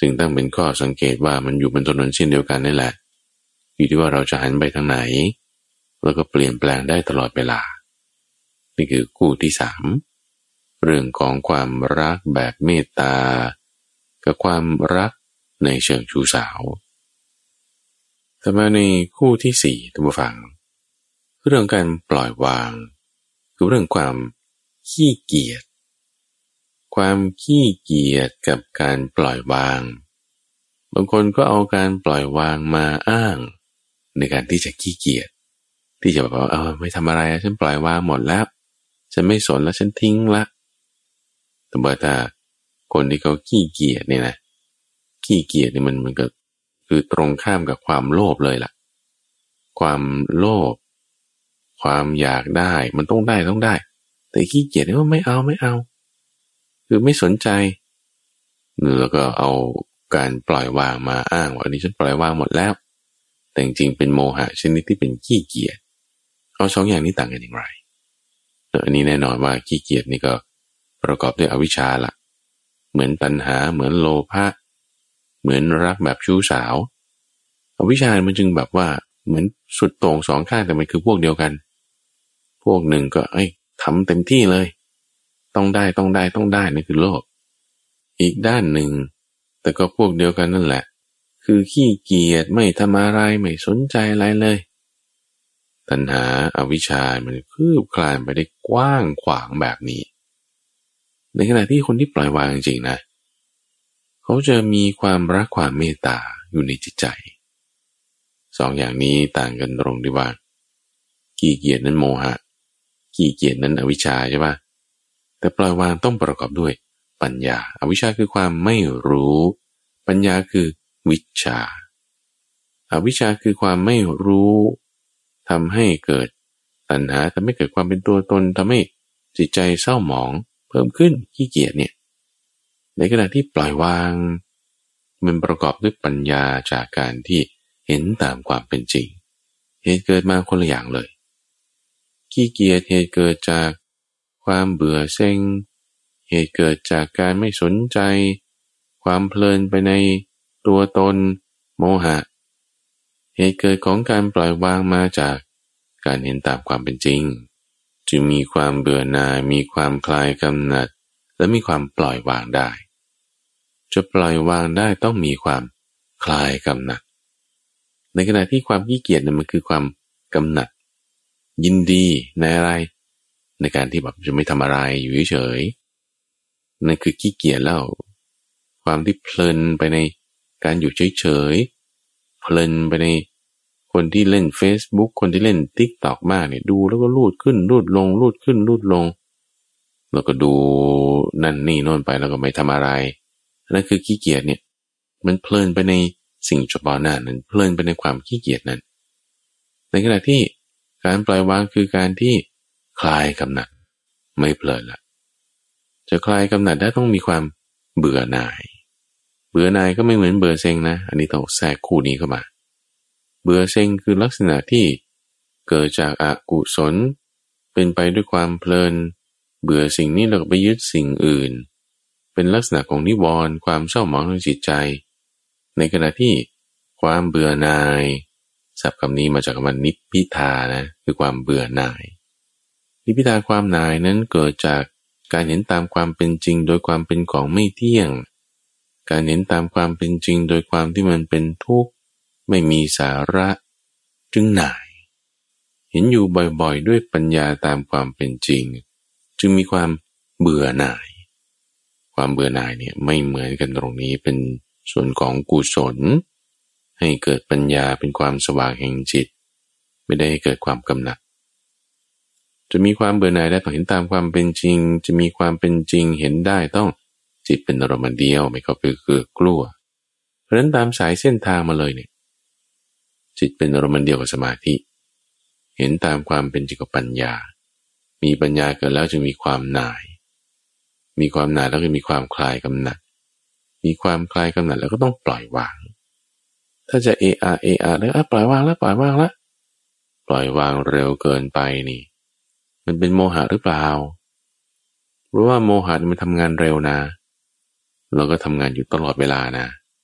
จึงตั้งเป็นข้อสังเกตว่ามันอยู่บนถนนเช่นเดียวกันนี่แหละอยู่ที่ว่าเราจะหันไปทางไหนแล้วก็เปลี่ยนแปลงได้ตลอดเวลานี่คือคู่ที่สามเรื่องของความรักแบบเมตตากับความรักในเชิงชู้สาวแต่มาในคู่ที่สี่ท่านผู้ฟังเรื่องการปล่อยวางคือเรื่องความขี้เกียจความขี้เกียจกับการปล่อยวางบางคนก็เอาการปล่อยวางมาอ้างในการที่จะขี้เกียจที่จะแบบว่าเออไม่ทำอะไรฉันปล่อยวางหมดแล้วฉันไม่สนแล้วฉันทิ้งละแต่ว่าถ้าคนที่เขาขี้เกียจเนี่ยนะขี้เกียจนี่มันมันก็คือตรงข้ามกับความโลภเลยล่ะความโลภความอยากได้มันต้องได้ต้องได้แต่ขี้เกียจนี่ว่าไม่เอาไม่เอาคือไม่สนใจแล้วก็เอาการปล่อยวางมาอ้างว่าอันนี้ฉันปล่อยวางหมดแล้วแต่จริงๆเป็นโมหะชนิดที่เป็นขี้เกียจเอาสองอย่างนี้ต่างกันอย่างไรอันนี้แน่นอนว่าขี้เกียจนี่ก็ประกอบด้วยอวิชชาละเหมือนตัณหาเหมือนโลภะเหมือนรักแบบชู้สาวอวิชชามันจึงแบบว่าเหมือนสุดโต่งสองข้างแต่มันคือพวกเดียวกันพวกหนึ่งก็เอ้ยทำเต็มที่เลยต้องได้ต้องได้ต้องได้นี่คือโลภอีกด้านหนึ่งแต่ก็พวกเดียวกันนั่นแหละคือขี้เกียจไม่ทำอะไรไม่สนใจอะไรเลยตัณหาอวิชชามันคืบคลานไปได้กว้างขวางแบบนี้ในขณะที่คนที่ปล่อยวางจริงๆนะเขาจะมีความรักความเมตตาอยู่ในจิตใจสองอย่างนี้ต่างกันตรงที่ว่าขี้เกียจนั้นโมหะขี้เกียจนั้นอวิชชาใช่ปะแต่ปล่อยวางต้องประกอบด้วยปัญญาอวิชชาคือความไม่รู้ปัญญาคือวิชาอวิชชาคือความไม่รู้ทำให้เกิดตัณหาทำให้เกิดความเป็นตัวตนทำให้จิตใจเศร้าหมองเพิ่มขึ้นขี้เกียจเนี่ยในขณะที่ปล่อยวางมันประกอบด้วยปัญญาจากการที่เห็นตามความเป็นจริงเหตุเกิดมาคนละอย่างเลยขี้เกียจเหตุเกิดจากความเบื่อเซ็งเหตุเกิดจากการไม่สนใจความเพลินไปในตัวตนโมหะเหตุเกิดของการปล่อยวางมาจากการเห็นตามความเป็นจริงจึงมีความเบื่อหน่ายมีความคลายกำหนัดและมีความปล่อยวางได้จะปล่อยวางได้ต้องมีความคลายกำหนัดในขณะที่ความขี้เกียจเนี่ยมันคือความกำหนัดยินดีในอะไรในการที่แบบจะไม่ทำอะไรอยู่เฉยๆนั่นคือขี้เกียจแล้วความที่เพลินไปในการอยู่เฉยๆเพลินไปในคนที่เล่น Facebook คนที่เล่น TikTok มากเนี่ยดูแล้วก็ลูดขึ้นลูดลงลูดขึ้นลูดลงแล้วก็ดูนั่นนี่โน่นไปแล้วก็ไม่ทำอะไรนั่นคือขี้เกียจเนี่ยมันเพลินไปในสิ่งเฉพาะหน้านั้นเพลินไปในความขี้เกียจนั้นในขณะที่การปล่อยวางคือการที่คลายกำหนัดไม่เพลินละจะคลายกำหนัดได้ต้องมีความเบื่อหน่ายเบื่อหน่ายก็ไม่เหมือนเบื่อเซ็งนะอันนี้ต้องแทรกคู่นี้เข้ามาเบื่อเซ็งคือลักษณะที่เกิดจากอกุศลเป็นไปด้วยความเพลินเบื่อสิ่งนี้แล้วก็ไปยึดสิ่งอื่นเป็นลักษณะของนิวรณ์ความเศร้าหมองทางจิตใจในขณะที่ความเบื่อหน่ายศัพท์คำนี้มาจากคำว่านิพพิทานะคือความเบื่อหน่ายนิพพิทาความหน่ายนั้นเกิดจากการเห็นตามความเป็นจริงโดยความเป็นของไม่เที่ยงการเห็นตามความเป็นจริงโดยความที่มันเป็นทุกข์ไม่มีสาระจึงหน่ายเห็นอยู่บ่อยๆด้วยปัญญาตามความเป็นจริงจึงมีความเบื่อหน่ายความเบื่อหน่ายเนี่ยไม่เหมือนกันตรงนี้เป็นส่วนของกุศลให้เกิดปัญญาเป็นความสว่างแห่งจิตไม่ได้ให้เกิดความกำหนัดจะมีความเบื่อหน่ายได้ต้องเห็นตามความเป็นจริงจะมีความเป็นจริงเห็นได้ต้องจิตเป็นอารมณ์เดียวไม่เข้าไปเกือกกลัวเพราะฉะนั้นตามสายเส้นทางมาเลยเนี่ยจิตเป็นอารมณ์เดียวกับสมาธิเห็นตามความเป็นจริงกับปัญญามีปัญญาเกิดแล้วจึงมีความหน่ายมีความหน่ายแล้วก็มีความคลายกำหนัดมีความคลายกำหนัดแล้วก็ต้องปล่อยวางถ้าจะเออาเออาแล้วปล่อยวางแล้วปล่อยวางแล้วปล่อยวางเร็วเกินไปนี่มันเป็นโมหะหรือเปล่าเพราะว่าโมหะมันทำงานเร็วนะเราก็ทำงานอยู่ตลอดเวลานะ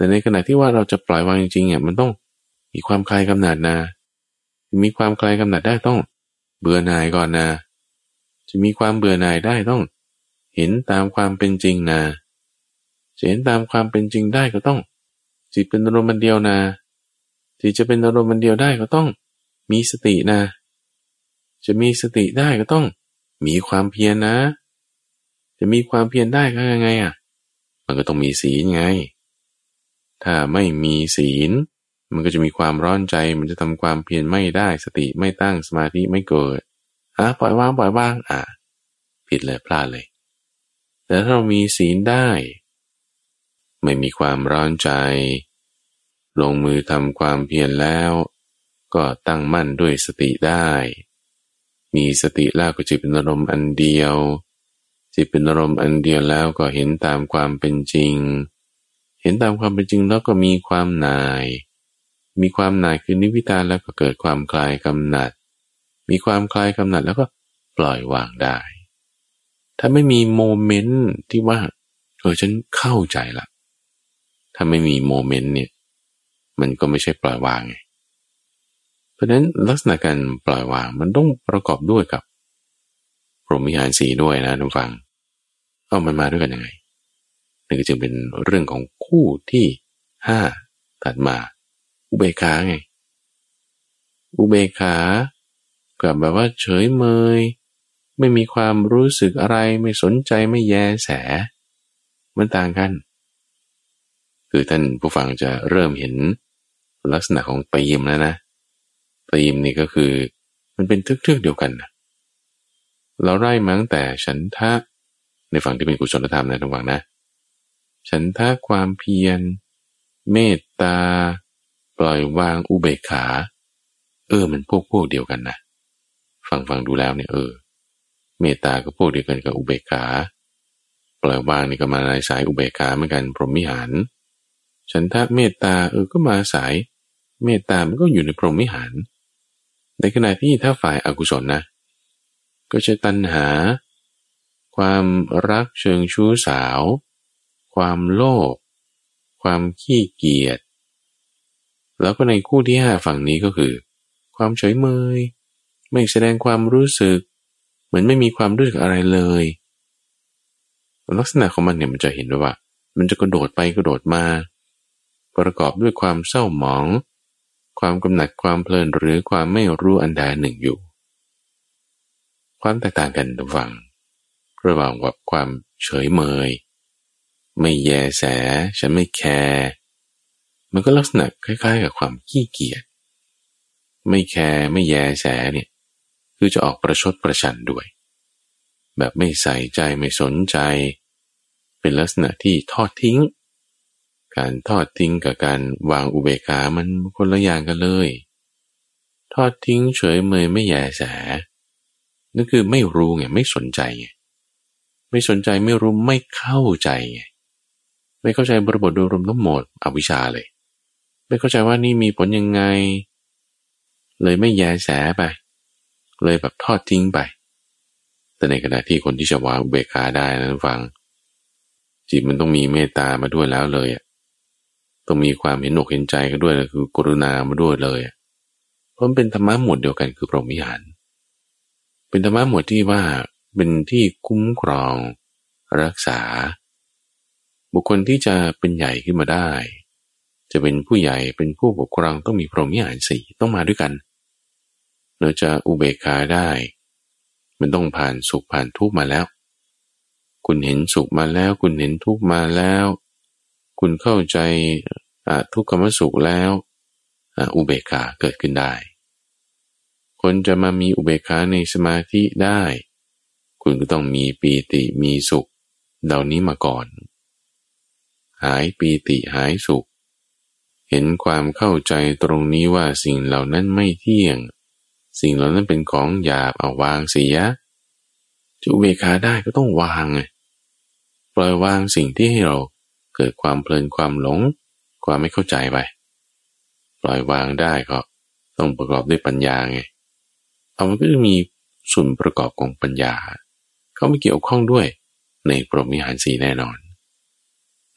แต่ในขณะที่ว่าเราจะปล่อยวางจริงๆเนี่ยมันต้องมีความคลายกำหนัดนะมีความคลายกำหนัดได้ต้องเบื่อหน่ายก่อนนะจะมีความเบื่อหน่ายได้ต้องเห็นตามความเป็นจริงนะจะเห็นตามความเป็นจริงได้ก็ต้องจิตเป็นอารมณ์เดียวนะจิตจะเป็นอารมณ์เดียวได้ก็ต้องมีสตินะจะมีสติได้ก็ต้องมีความเพียรนะจะมีความเพียรได้ก็ยังไงอ่ะมันก็ต้องมีศีลไงถ้าไม่มีศีลมันก็จะมีความร้อนใจมันจะทำความเพียรไม่ได้สติไม่ตั้งสมาธิไม่เกิดอ่ะปล่อยวางปล่อยวางอ่ะผิดเลยพลาดเลยแต่ถ้าเรามีศีลได้ไม่มีความร้อนใจลงมือทำความเพียรแล้วก็ตั้งมั่นด้วยสติได้มีสติแล้วก็จิตเป็นอารมณ์อันเดียวจิตเป็นอารมณ์อันเดียวแล้วก็เห็นตามความเป็นจริงเห็นตามความเป็นจริงแล้วก็มีความหน่ายมีความหน่ายคือนิพพิทาแล้วก็เกิดความคลายกำหนัดมีความคลายกำหนัดแล้วก็ปล่อยวางได้ถ้าไม่มีโมเมนต์ที่ว่าเออฉันเข้าใจละถ้าไม่มีโมเมนต์เนี่ยมันก็ไม่ใช่ปล่อยวางไงเพราะฉะนั้นลักษณะการปล่อยวางมันต้องประกอบด้วยกับพรหมวิหารสี่ด้วยนะทุกฟังเอามันมาด้วยกันยังไงนั่นก็จึงเป็นเรื่องของคู่ที่ห้าถัดมาอุเบกขาไงอุเบกขากับแบบว่าเฉยเมยไม่มีความรู้สึกอะไรไม่สนใจไม่แยแสมันต่างกันคือท่านผู้ฟังจะเริ่มเห็นลักษณะของตีมแล้วนะตีมนี่ก็คือมันเป็นทึกๆเดียวกันนะเราไล่มาตั้งแต่ฉันทะในฝั่งที่เป็นกุศลธรรมนะทุกฝั่งนะฉันทะความเพียรเมตตาปล่อยวางอุเบกขาเออมันพวกพวกเดียวกันนะฟังฟังดูแล้วเนี่ยเออเมตตาก็พวกเดียวกันกับอุเบกขาปล่อยวางนี่ก็มาในสายอุเบกขาเหมือนกันพรหมวิหารฉันทะเมตตาเออก็มาสายเมตตามันก็อยู่ในพรหมวิหารในขณะที่ถ้าฝ่ายอกุศลนะก็จะตัณหาความรักเชิงชู้สาวความโลภความขี้เกียจแล้วก็ในคู่ที่ห้าฝั่งนี้ก็คือความเฉยเมยไม่แสดงความรู้สึกเหมือนไม่มีความรู้สึกอะไรเลยลักษณะของมันเนี่ยมันจะเห็นว่ามันจะกระโดดไปกระโดดมาประกอบด้วยความเศร้าหมองความกำหนัดความเพลินหรือความไม่รู้อันใดหนึ่งอยู่ความแตกต่างกันระหว่างระหว่างกับความเฉยเมยไม่แยแสฉันไม่แคร์มันก็ลักษณะคล้ายๆกับความขี้เกียจไม่แคร์ไม่แยแสเนี่ยคือจะออกประชดประชันด้วยแบบไม่ใส่ใจไม่สนใจเป็นลักษณะที่ทอดทิ้งการทอดทิ้งกับการวางอุเบกขามันคนละอย่างกันเลยทอดทิ้งเฉยเมยไม่แยแสนั่นคือไม่รู้ไงไม่สนใจไงไม่สนใจไม่รู้ไม่เข้าใจไงไม่เข้าใจบริบทโดยรวมทั้งหมดอวิชชาเลยไม่เข้าใจว่านี่มีผลยังไงเลยไม่แยแสไปเลยแบบทอดทิ้งไปแต่ในขณะที่คนที่จะวางอุเบกขาได้นั้นฟังจิตมันต้องมีเมตตามาด้วยแล้วเลยอ่ะต้องมีความเห็นอกเห็นใจกันด้วยคือกรุณามาด้วยเลยเพราะมันเป็นธรรมะหมวดเดียวกันคือพรหมวิหารเป็นธรรมะหมวดที่ว่าเป็นที่คุ้มครองรักษาบุคคลที่จะเป็นใหญ่ขึ้นมาได้จะเป็นผู้ใหญ่เป็นผู้ปกครองต้องมีพรหมวิหารสี่ต้องมาด้วยกันเราจะอุเบกขาได้มันต้องผ่านสุขผ่านทุกข์มาแล้วคุณเห็นสุขมาแล้วคุณเห็นทุกข์มาแล้วคุณเข้าใจทุกขมสุขแล้วอุเบกขาเกิดขึ้นได้คนจะมามีอุเบกขาในสมาธิได้คุณก็ต้องมีปีติมีสุขเหล่านี้มาก่อนหายปีติหายสุขเห็นความเข้าใจตรงนี้ว่าสิ่งเหล่านั้นไม่เที่ยงสิ่งเหล่านั้นเป็นของหยาบเอาวางเสียจะอุเบกขาได้ก็ต้องวางไงปล่อยวางสิ่งที่ให้เราเกิดความเพลินความหลงความไม่เข้าใจไปปล่อยวางได้ก็ต้องประกอบด้วยปัญญาไงเอามันก็จะมีส่วนประกอบของปัญญาเขาไม่เกี่ยวข้องด้วยในพรหมวิหารสี่แน่นอนใน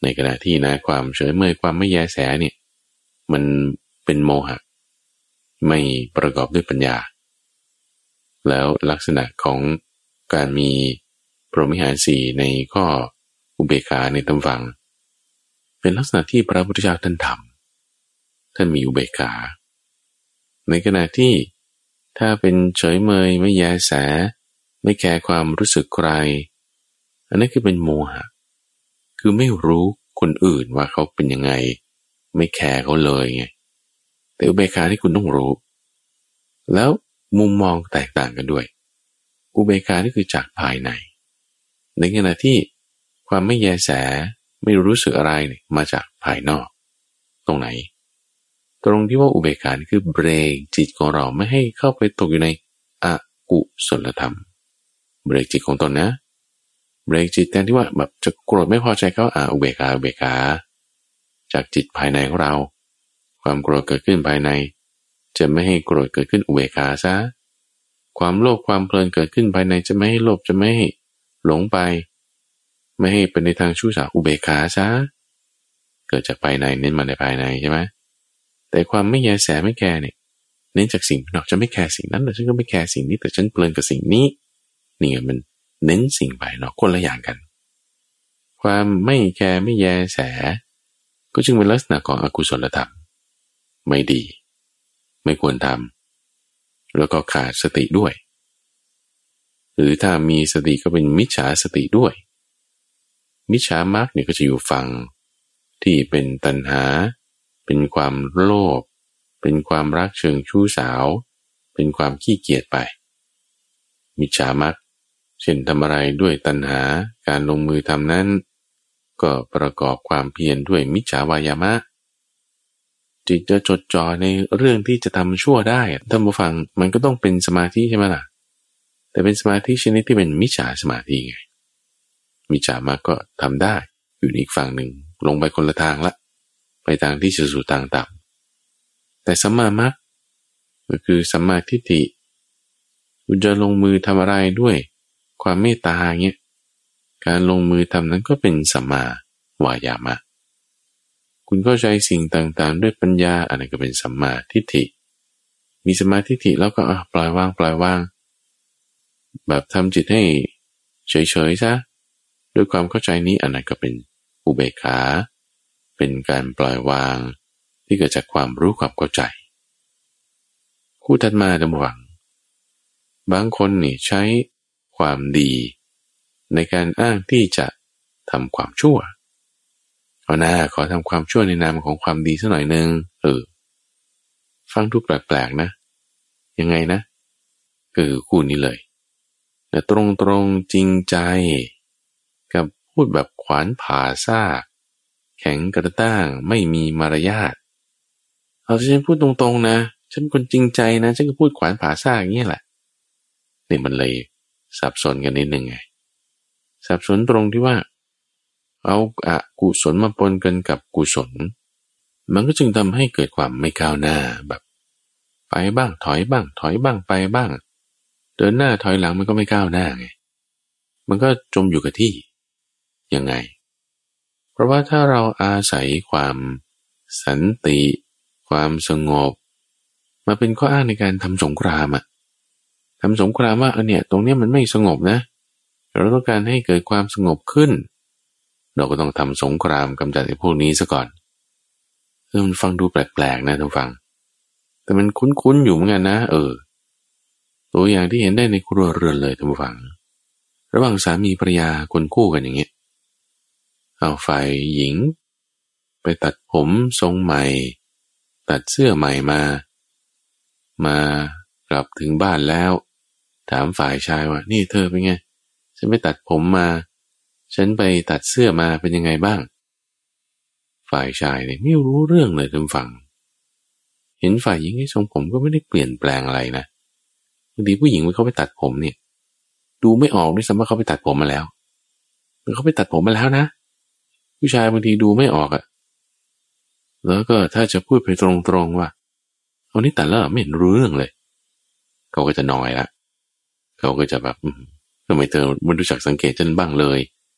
ในขณะที่นะความเฉยเมยความไม่แยแสเนี่ยมันเป็นโมหะไม่ประกอบด้วยปัญญาแล้วลักษณะของการมีพรหมิหารสี่ในข้ออุเบกขาในตำฝังเป็นลักษณะที่พระพุทธเจ้าท่านทำท่านมีอุเบกขาในขณะที่ถ้าเป็นเฉยเมยไม่แยแสไม่แคร์ความรู้สึกใครอันนั้นคือเป็นโมหะคือไม่รู้คนอื่นว่าเขาเป็นยังไงไม่แคร์เขาเลยไงแต่อุเบกขาที่คุณต้องรู้แล้วมุมมองแตกต่างกันด้วยอุเบกขาที่คือจากภายในในขณะที่ความไม่แยแสไม่รู้สึกอะไรเนี่ยมาจากภายนอกตรงไหนตรงที่ว่าอุเบกขาคือเบรกจิตของเราไม่ให้เข้าไปตกอยู่ในอกุศลธรรมเบรกจิตของตนนะเบรกจิตแทนที่ว่าแบบจะโกรธไม่พอใจเขาอ่ะอุเบกขาอุเบกขาจากจิตภายในของเราความโกรธเกิดขึ้นภายในจะไม่ให้โกรธเกิดขึ้นอุเบกขาซะความโลภความเพลินเกิดขึ้นภายในจะไม่ให้โลภจะไม่ให้หลงไปไม่ให้เป็นในทางชู้สาวอุเบกขาซะเกิดจากภายในเน้นมาในภายในใช่ไหมแต่ความไม่แยแสไม่แคร์เนี่ยเน้นจากสิ่งนอกจะไม่แคร์สิ่งนั้นแต่ฉันก็ไม่แคร์สิ่งนี้แต่ฉันเพลินกับสิ่งนี้นี่ไงมันเน้นสิ่งภายนอกคนละอย่างกันความไม่แคร์ไม่แยแสก็จึงเป็นลักษณะของอกุศลธรรมไม่ดีไม่ควรทำแล้วก็ขาดสติด้วยหรือถ้ามีสติก็เป็นมิจฉาสติด้วยมิจฉามรรคเนี่ยก็จะอยู่ฝั่งที่เป็นตัณหาเป็นความโลภเป็นความรักเชิงชู้สาวเป็นความขี้เกียจไปมิจฉามรรคเช่นทำอะไรด้วยตัณหาการลงมือทำนั้นก็ประกอบความเพียรด้วยมิจฉาวายามะจิตจะจดจ่อในเรื่องที่จะทำชั่วได้ท่านผู้ฟังมันก็ต้องเป็นสมาธิใช่ไหมล่ะแต่เป็นสมาธิชนิดที่เป็นมิจฉาสมาธิไงมิจฉามรรคก็ทำได้อยู่อีกฝั่งหนึ่งลงไปคนละทางละไปทางที่จะสู่ทางต่ำแต่สัมมามรรคก็คือสัมมาทิฏฐิคุณจะลงมือทำอะไรด้วยความเมตตาเงี้ยการลงมือทำนั้นก็เป็นสัมมาวายามะคุณเข้าใจสิ่งต่างๆด้วยปัญญาอันนั้นก็เป็นสัมมาทิฏฐิมีสัมมาทิฏฐิแล้วก็ปล่อยวางปล่อยวางแบบทำจิตให้เฉยๆซะด้วยความเข้าใจนี้อันนั้นก็เป็นอุเบกขาเป็นการปล่อยวางที่เกิดจากความรู้ความเข้าใจคู่ถัดมาดำหวังบางคนนี่ใช้ความดีในการอ้างที่จะทำความชั่วเอาหน้าขอทำความชั่วในนามของความดีสักหน่อยนึงเออฟังดูแปลกๆนะยังไงนะคือคู่นี้เลยแต่ตรงๆจริงใจกับพูดแบบขวานผ่าซากแข็งกระด้างไม่มีมารยาทเอาฉันพูดตรงๆนะฉันคนจริงใจนะฉันก็พูดขวานผ่าซากอย่างนี้แหละนี่มันเลยสับสนกันนิดนึงไงสับสนตรงที่ว่าเอาอกุศลมาปนกันกับกุศลมันก็จึงทำให้เกิดความไม่ก้าวหน้าแบบไปบ้างถอยบ้างถอยบ้างไปบ้างเดินหน้าถอยหลังมันก็ไม่ก้าวหน้าไงมันก็จมอยู่กับที่ยังไงเพราะว่าถ้าเราอาศัยความสันติความสงบมาเป็นข้ออ้างในการทำสงครามอะทำสงครามว่าเออเนี่ยตรงเนี้ยมันไม่สงบนะเราต้องการให้เกิดความสงบขึ้นเราก็ต้องทำสงครามกำจัดไอ้พวกนี้ซะก่อนเออมันฟังดูแปลกๆนะท่านฟังแต่มันคุ้นๆอยู่เหมือนกันนะเออตัวอย่างที่เห็นได้ในครัวเรือนเลยท่านฟังระหว่างสามีภรรยาคนคู่กันอย่างเงี้ยเอาฝ่ายหญิงไปตัดผมทรงใหม่ตัดเสื้อใหม่มามากลับถึงบ้านแล้วถามฝ่ายชายว่านี่เธอเป็นไงฉันไปตัดผมมาฉันไปตัดเสื้อมาเป็นยังไงบ้างฝ่ายชายเนี่ยไม่รู้เรื่องเลยท่านฟังเห็นฝ่ายหญิงให้ทรงผมก็ไม่ได้เปลี่ยนแปลงอะไรนะบางทีผู้หญิงเมื่อเขาไปตัดผมเนี่ยดูไม่ออกด้วยซ้ำว่าเขาไปตัดผมมาแล้วเขาไปตัดผมมาแล้วนะผู้ชายบางทีดูไม่ออกอะแล้วก็ถ้าจะพูดไปตรงๆว่าเอานี่ตัดแล้วไม่เห็นรู้เรื่องเลยเขาก็จะน้อยละเขาก็จะแบบทำไมเธอไม่รู้จักสังเกตฉันบ้างเลย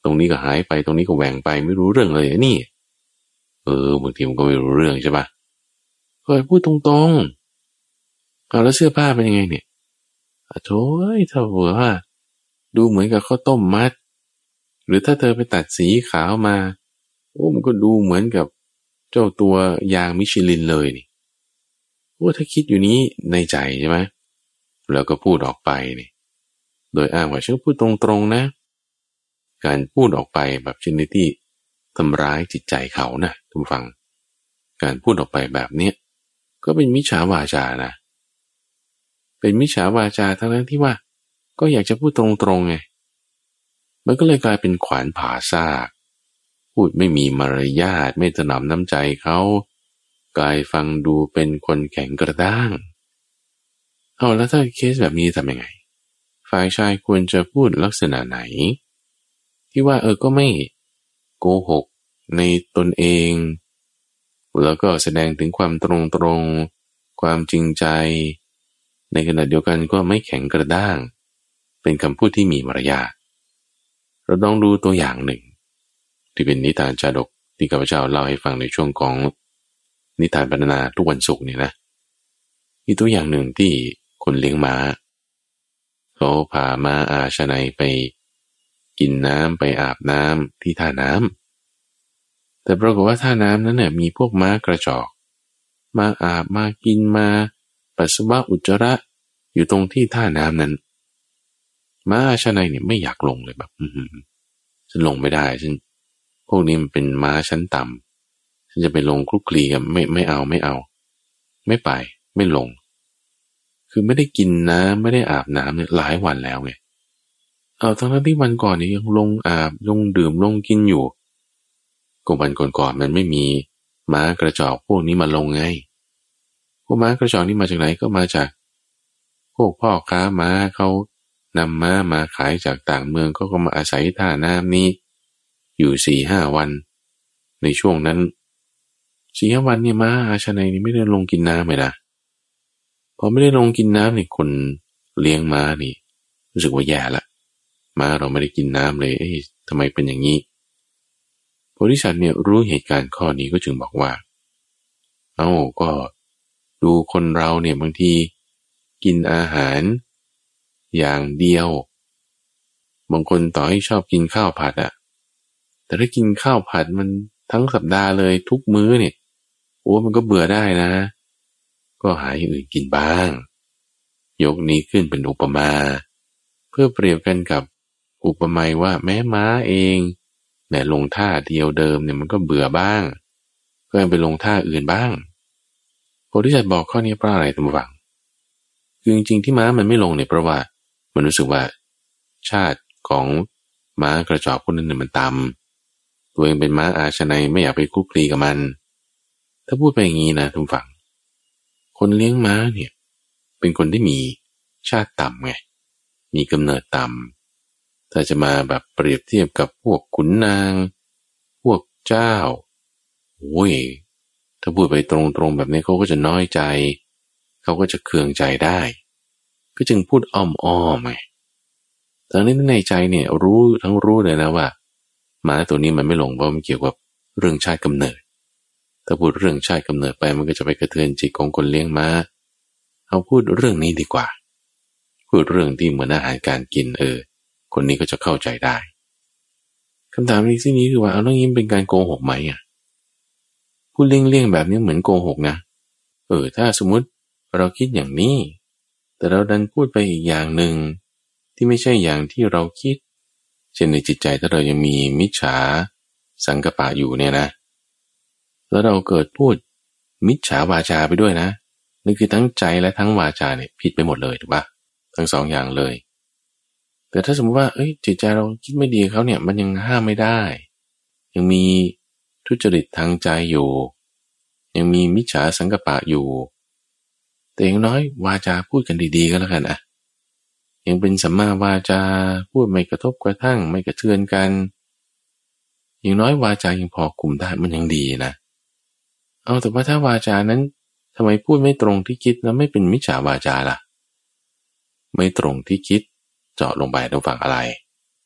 ตรงนี้ก็หายไปตรงนี้ก็แหว่งไปไม่รู้เรื่องเลยนี่เออบางทีมันก็ไม่รู้เรื่องใช่ปะเคยพูดตรงๆเอาแล้วเสื้อผ้าเป็นยังไงเนี่ยโถ่ถ้าเผื่อว่าดูเหมือนกับข้าวต้มมัดหรือถ้าเธอไปตัดสีขาวมาโอ้มันก็ดูเหมือนกับเจ้าตัวยางมิชลินเลยนี่โอ้ถ้าคิดอยู่นี้ในใจใช่ไหมแล้วก็พูดออกไปนี่โดยอ้างว่าฉันพูดตรงๆนะการพูดออกไปแบบชนิดที่ทำร้ายจิตใจเขานะทุกฟังการพูดออกไปแบบเนี้ยก็เป็นมิจฉาวาจานะเป็นมิจฉาวาจาทั้งนั้นที่ว่าก็อยากจะพูดตรงๆไงมันก็เลยกลายเป็นขวานผ่าซากพูดไม่มีมารยาทไม่ถนอมน้ำใจเขากลายฟังดูเป็นคนแข็งกระด้างเอาแล้วถ้าเคสแบบนี้ทำยังไงฝ่ายชายควรจะพูดลักษณะไหนที่ว่าเออก็ไม่โกหกในตนเองแล้วก็แสดงถึงความตรงตรงความจริงใจในขณะเดียวกันก็ไม่แข็งกระด้างเป็นคำพูดที่มีมารยาทเราลองดูตัวอย่างหนึ่งที่เป็นนิทานชาดกที่ข้าพเจ้าเล่าให้ฟังในช่วงของนิทานบรรณนาทุกวันศุกร์เนี่ยนะมีตัวอย่างหนึ่งที่คนเลี้ยงม้าเขาพาม้าอาชนัยไปกินน้ำไปอาบน้ำที่ท่าน้ำแต่ปรากฏว่าท่าน้ำนั้นเนี่ยมีพวกม้ากระจอกมาอาบมากินมาปัสสาวะอุจจาระอยู่ตรงที่ท่าน้ำนั้นม้าอาชนัยเนี่ยไม่อยากลงเลยแบบอืมฉันลงไม่ได้ฉันพวกนี้มันเป็นม้าชั้นต่ำฉันจะไปลงคลุกคลีกับไม่ไม่เอาไม่เอาไม่ไปไม่ลงคือไม่ได้กินน้ำไม่ได้อาบน้ำเนี่ยหลายวันแล้วไงเอาทั้งที่วันก่อนนี้ยังลงอาบลงดื่มลงกินอยู่ก็วันก่อนๆมันไม่มีม้ากระจอกพวกนี้มาลงไงพวกม้ากระจอกนี่มาจากไหนก็มาจากพวกพ่อค้าม้าเขานำม้ามาขายจากต่างเมืองก็ก็มาอาศัยท่าน้ำนี้อยู่สี่ห้าวันในช่วงนั้นสี่ห้าวันเนี่ยม้าอาชนัยนี่ไม่ได้ลงกินน้ำเลยนะพอไม่ได้ลงกินน้ำนี่คนเลี้ยงม้านี่รู้สึกว่าแย่ละม้าเราไม่ได้กินน้ำเลยเอ๊ะทำไมเป็นอย่างนี้โพธิสัตว์เนี่ยรู้เหตุการณ์ข้อนี้ก็จึงบอกว่าเอ้าก็ดูคนเราเนี่ยบางทีกินอาหารอย่างเดียวบางคนต่อให้ชอบกินข้าวผัดอะแต่ถ้ากินข้าวผัดมันทั้งสัปดาห์เลยทุกมื้อเนี่ยโอ้มันก็เบื่อได้นะก็หาอย่างอื่นกินบ้างยกนี้ขึ้นเป็นอุปมาเพื่อเปรียบกันกับอุปไมยว่าแม้ม้าเองเนี่ยลงท่าเดียวเดิมเนี่ยมันก็เบื่อบ้างก็ยังไปลงท่าอื่นบ้างโพธิสัตว์บอกข้อนี้เพราะอะไรท่านผู้ฟังคือจริงๆที่ม้ามันไม่ลงเนี่ยเพราะว่ามันรู้สึกว่าชาติของม้ากระจอกพวกนั้นเนี่ยมันต่ำตัวเองเป็นม้าอาชนัยไม่อยากไปคลุกคลีกับมันถ้าพูดไปอย่างนี้นะท่านผู้ฟังคนเลี้ยงม้าเนี่ยเป็นคนที่มีชาติต่ำไงมีกำเนิดต่ำถ้าจะมาแบบเปรียบเทียบกับพวกขุนนางพวกเจ้าโอ้ยถ้าพูดไปตรงๆแบบนี้เขาก็จะน้อยใจเขาก็จะเคืองใจได้ก็จึงพูดอ้อมๆไงตอนนี้ในใจเนี่ยรู้ทั้งรู้เลยนะว่าม้าตัวนี้มันไม่ลงเพราะมันเกี่ยวกับเรื่องชาติกำเนิดถ้าพูดเรื่องชาติกำเนิดไปมันก็จะไปกระเทือนจิตของคนเลี้ยงม้าเอาพูดเรื่องนี้ดีกว่าพูดเรื่องที่เหมือนอาหารการกินเออคนนี้ก็จะเข้าใจได้คำถามในที่นี้คือว่าเอาเรื่องนี้เป็นการโกหกไหมอ่ะพูดเลี่ยงๆแบบนี้เหมือนโกหกนะเออถ้าสมมุติเราคิดอย่างนี้แต่เราดันพูดไปอีกอย่างหนึ่งที่ไม่ใช่อย่างที่เราคิดเช่นในจิตใจถ้าเรายังมีมิจฉาสังกัปปะอยู่เนี่ยนะแล้วเราเกิดพูดมิจฉาวาจาไปด้วยนะนั่นคือทั้งใจและทั้งวาจาเนี่ยผิดไปหมดเลยถูกปะทั้งสองอย่างเลยแต่ถ้าสมมติว่าเอ้ยจิตใจเราคิดไม่ดีเขาเนี่ยมันยังห้ามไม่ได้ยังมีทุจริตทางใจอยู่ยังมีมิจฉาสังกัปปะอยู่แต่อย่างน้อยวาจาพูดกันดีๆก็แล้วกันอะยังเป็นสัมมาวาจาพูดไม่กระทบกระทั่งไม่กระเทือนกันอย่างน้อยวาจายังพอคุมได้มันยังดีนะเอาแต่ว่าถ้าวาจานั้นทำไมพูดไม่ตรงที่คิดแล้วไม่เป็นมิจฉาวาจาล่ะไม่ตรงที่คิดเจาะลงไปตรงฝั่งอะไร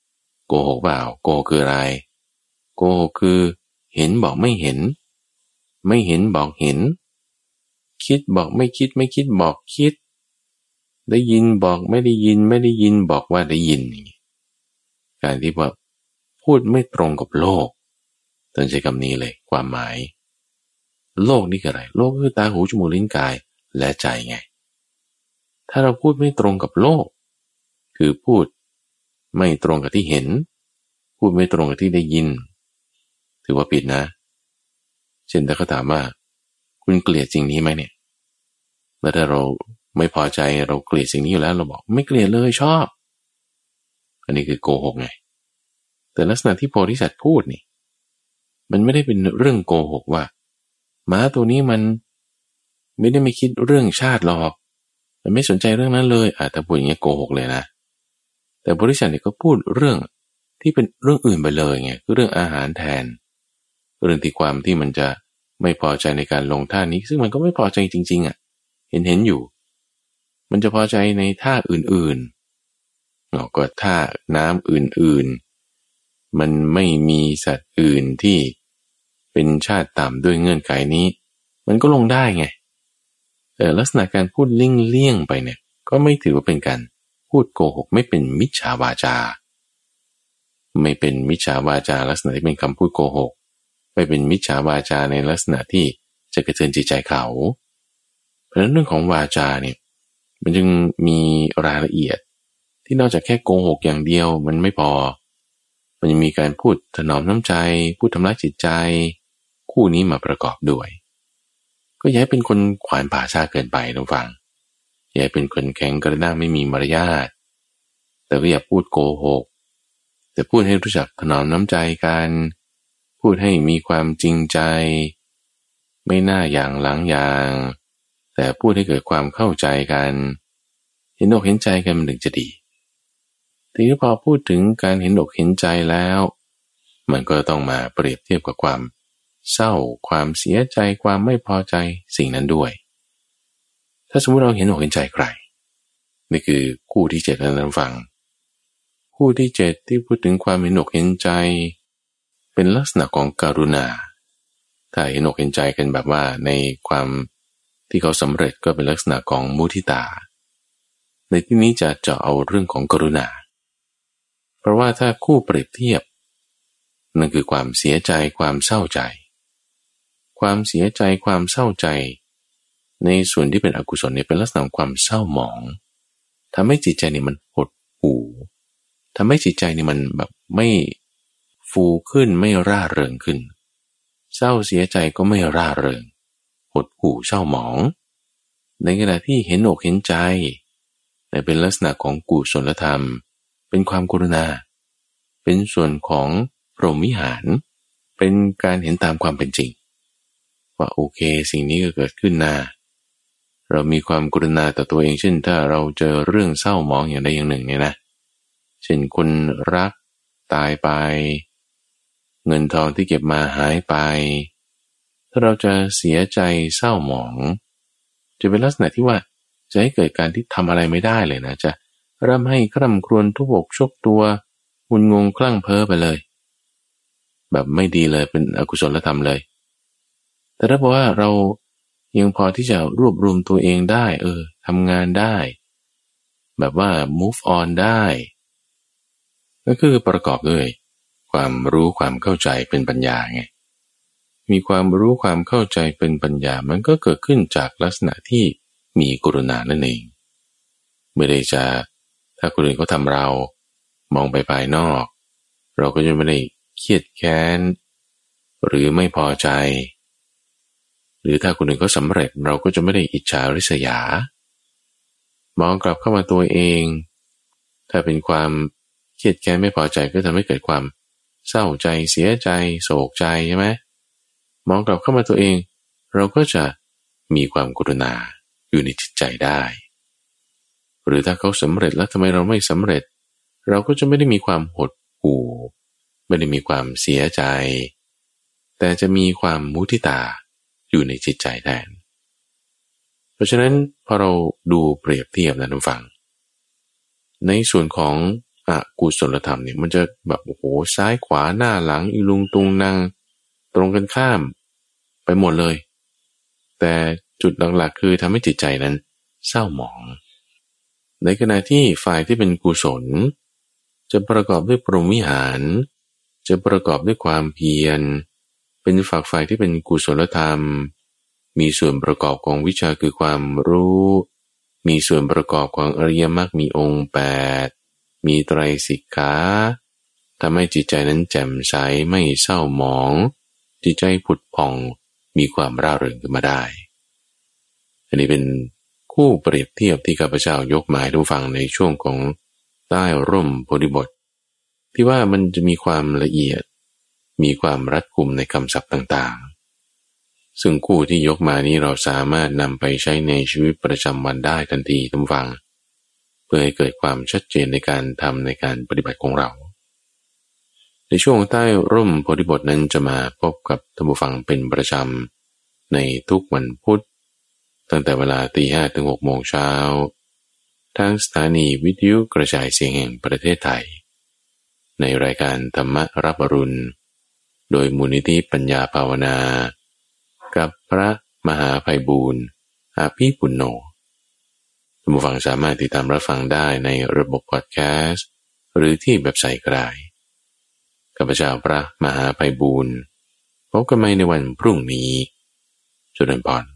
โกหกเปล่าโกหกคืออะไรโกหกคือเห็นบอกไม่เห็นไม่เห็นบอกเห็นคิดบอกไม่คิดไม่คิดบอกคิดได้ยินบอกไม่ได้ยินไม่ได้ยินบอกว่าได้ยินการที่ว่าพูดไม่ตรงกับโลกต้องใช้คำนี้เลยความหมายโลกนี่คืออะไรโลกคือตาหูจมูกลิ้นกายและใจไงถ้าเราพูดไม่ตรงกับโลกคือพูดไม่ตรงกับที่เห็นพูดไม่ตรงกับที่ได้ยินถือว่าผิดนะเช่นถ้าเขาถามว่าคุณเกลียดสิ่งนี้ไหมเนี่ยแล้วถ้าเราไม่พอใจเราเกลียดสิ่งนี้อยู่แล้วเราบอกไม่เกลียดเลยชอบอันนี้คือโกหกไงแต่ลักษณะที่โพธิสัตว์พูดนี่มันไม่ได้เป็นเรื่องโกหกว่าม้าตัวนี้มันไม่ได้ไม่คิดเรื่องชาติหรอกมันไม่สนใจเรื่องนั้นเลยอ่ะถ้าพูดอย่างนี้โกหกเลยนะแต่โพธิสัตว์นี่ก็พูดเรื่องที่เป็นเรื่องอื่นไปเลยไงคือเรื่องอาหารแทนเรื่องที่ความที่มันจะไม่พอใจในการลงท่านี้ซึ่งมันก็ไม่พอใจจริงๆอ่ะเห็นเห็นอยู่มันจะพอใจในท่าอื่นๆเราก็ท่าน้ำอื่นๆมันไม่มีสัตว์อื่นที่เป็นชาติต่ำด้วยเงื่อนไขนี้มันก็ลงได้ไงแต่ลักษณะการพูดเลี่ยงๆไปเนี่ยก็ไม่ถือว่าเป็นการพูดโกหกไม่เป็นมิจฉาวาจาไม่เป็นมิจฉาวาจาลักษณะที่เป็นคำพูดโกหกไม่เป็นมิจฉาวาจาในลักษณะที่จะกระเทือนจิตใจเขาเพราะฉะนั้นเรื่องของวาจาเนี่ยมันจึงมีรายละเอียดที่นอกจากแค่โกหกอย่างเดียวมันไม่พอมันยังมีการพูดถนอมน้ำใจพูดทำร้ายจิตใจคู่นี้มาประกอบด้วยก็อย่าให้เป็นคนขวานผ่าซากเกินไปทุกฟังอย่าให้เป็นคนแข็งกระด้างไม่มีมารยาทแต่ก็อย่าพูดโกหกแต่พูดให้รู้จักถนอมน้ำใจกันพูดให้มีความจริงใจไม่หน้าอย่างหลังอย่างแต่พูดให้เกิดความเข้าใจกันเห็นอกเห็นใจกันมันถึงจะดีทีนี้พอพูดถึงการเห็นอกเห็นใจแล้วมันก็ต้องมาเปรียบเทียบกับความเศร้าความเสียใจความไม่พอใจสิ่งนั้นด้วยถ้าสมมติเราเห็นอกเห็นใจใครนี่คือคู่ที่เจ็ดแล้วท่านฟังคู่ที่เจ็ดที่พูดถึงความเห็นอกเห็นใจเป็นลักษณะของกรุณาถ้าเห็นอกเห็นใจกันแบบว่าในความที่เขาสำเร็จก็เป็นลักษณะของมุทิตาในที่นี้จะเจาะเอาเรื่องของกรุณาเพราะว่าถ้าคู่เปรียบเทียบนั่นคือความเสียใจความเศร้าใจความเสียใจความเศร้าใจในส่วนที่เป็นอกุศลเนี่ยเป็นลักษณะของความเศร้าหมองทำให้จิตใจนี่มันหดหู่ทำให้จิตใจนี่มันแบบไม่ฟูขึ้นไม่ร่าเริงขึ้นเศร้าเสียใจก็ไม่ร่าเริงหดหู่เศร้าหมองในขณะที่เห็นอกเห็นใจแต่เป็นลักษณะของกุศลธรรมเป็นความกรุณาเป็นส่วนของพรหมวิหารเป็นการเห็นตามความเป็นจริงว่าโอเคสิ่งนี้ก็เกิดขึ้นนะเรามีความกรุณาต่อตัวเองเช่นถ้าเราเจอเรื่องเศร้าหมองอย่างใดอย่างหนึ่งเนี่ยนะเช่นคนรักตายไปเงินทองที่เก็บมาหายไปถ้าเราจะเสียใจเศร้าหมองจะเป็นลักษณะที่ว่าจะให้เกิดการที่ทำอะไรไม่ได้เลยนะจะร่ำให้คร่ำครวญทุบอกชกตัวงุนงงคลั่งเพ้อไปเลยแบบไม่ดีเลยเป็นอกุศลธรรมเลยแต่ถ้าบอกว่าเรายังพอที่จะรวบรวมตัวเองได้เออทำงานได้แบบว่า move on ได้ก็คือประกอบด้วยความรู้ความเข้าใจเป็นปัญญาไงมีความรู้ความเข้าใจเป็นปัญญามันก็เกิดขึ้นจากลักษณะที่มีกรุณานั่นเองไม่ได้จะถ้าคนอื่นเขาทำเรามองไปภายนอกเราก็จะไม่ได้เครียดแค้นหรือไม่พอใจหรือถ้าคนอื่นเขาสำเร็จเราก็จะไม่ได้อิจฉาริษยามองกลับเข้ามาตัวเองถ้าเป็นความเครียดแค้นไม่พอใจก็ทำให้เกิดความเศร้าใจเสียใจโศกใจใช่ไหมมองกลับเข้ามาตัวเองเราก็จะมีความกรุณาอยู่ในจิตใจได้หรือถ้าเขาสำเร็จแล้วทำไมเราไม่สำเร็จเราก็จะไม่ได้มีความหดหู่ไม่ได้มีความเสียใจแต่จะมีความมุทิตาอยู่ในจิตใจแทนเพราะฉะนั้นพอเราดูเปรียบเทียบนะทุกฝั่งในส่วนของออกุศลธรรมเนี่ยมันจะแบบโอ้โหซ้ายขวาหน้าหลังอีลุงตุงนางตรงกันข้ามไปหมดเลยแต่จุดหลักๆคือทำให้จิตใจนั้นเศร้าหมองในขณะที่ฝ่ายที่เป็นกุศลจะประกอบด้วยพรหมวิหารจะประกอบด้วยความเพียรเป็นฝักฝ่ายที่เป็นกุศลธรรมมีส่วนประกอบของวิชาคือความรู้มีส่วนประกอบของอริยมรรคมีองค์แปดมีไตรสิกขาทำให้จิตใจนั้นแจ่มใสไม่เศร้าหมองจิตใจผุดผ่องมีความร่าเริงขึ้นมาได้อันนี้เป็นคู่เปรียบเทียบที่ข้าพเจ้ายกมาให้ทุกฟังในช่วงของใต้ร่มโพธิบทที่ว่ามันจะมีความละเอียดมีความรัดกุมในคำศัพท์ต่างๆซึ่งคู่ที่ยกมานี้เราสามารถนำไปใช้ในชีวิตประจำวันได้ทันทีทุกฟังเพื่อให้เกิดความชัดเจนในการทำในการปฏิบัติของเราในช่วงใต้ร่มโพธิบทนั้นจะมาพบกับท่านผู้ฟังเป็นประจำในทุกวันพุธตั้งแต่เวลาตีห้าถึงหกโมงเช้าทางสถานีวิทยุกระจายเสียงแห่งประเทศไทยในรายการธรรมรับอรุณโดยมูลนิธิปัญญาภาวนากับพระมหาไพบูลย์อาภีปุณโญท่านผู้ฟังสามารถติดตามรับฟังได้ในระบบพอดแคสต์หรือที่เว็บไซต์ก็ได้ข้าพเจ้าพระมหาไพบูลย์พบกันใหม่ในวันพรุ่งนี้เจริญพร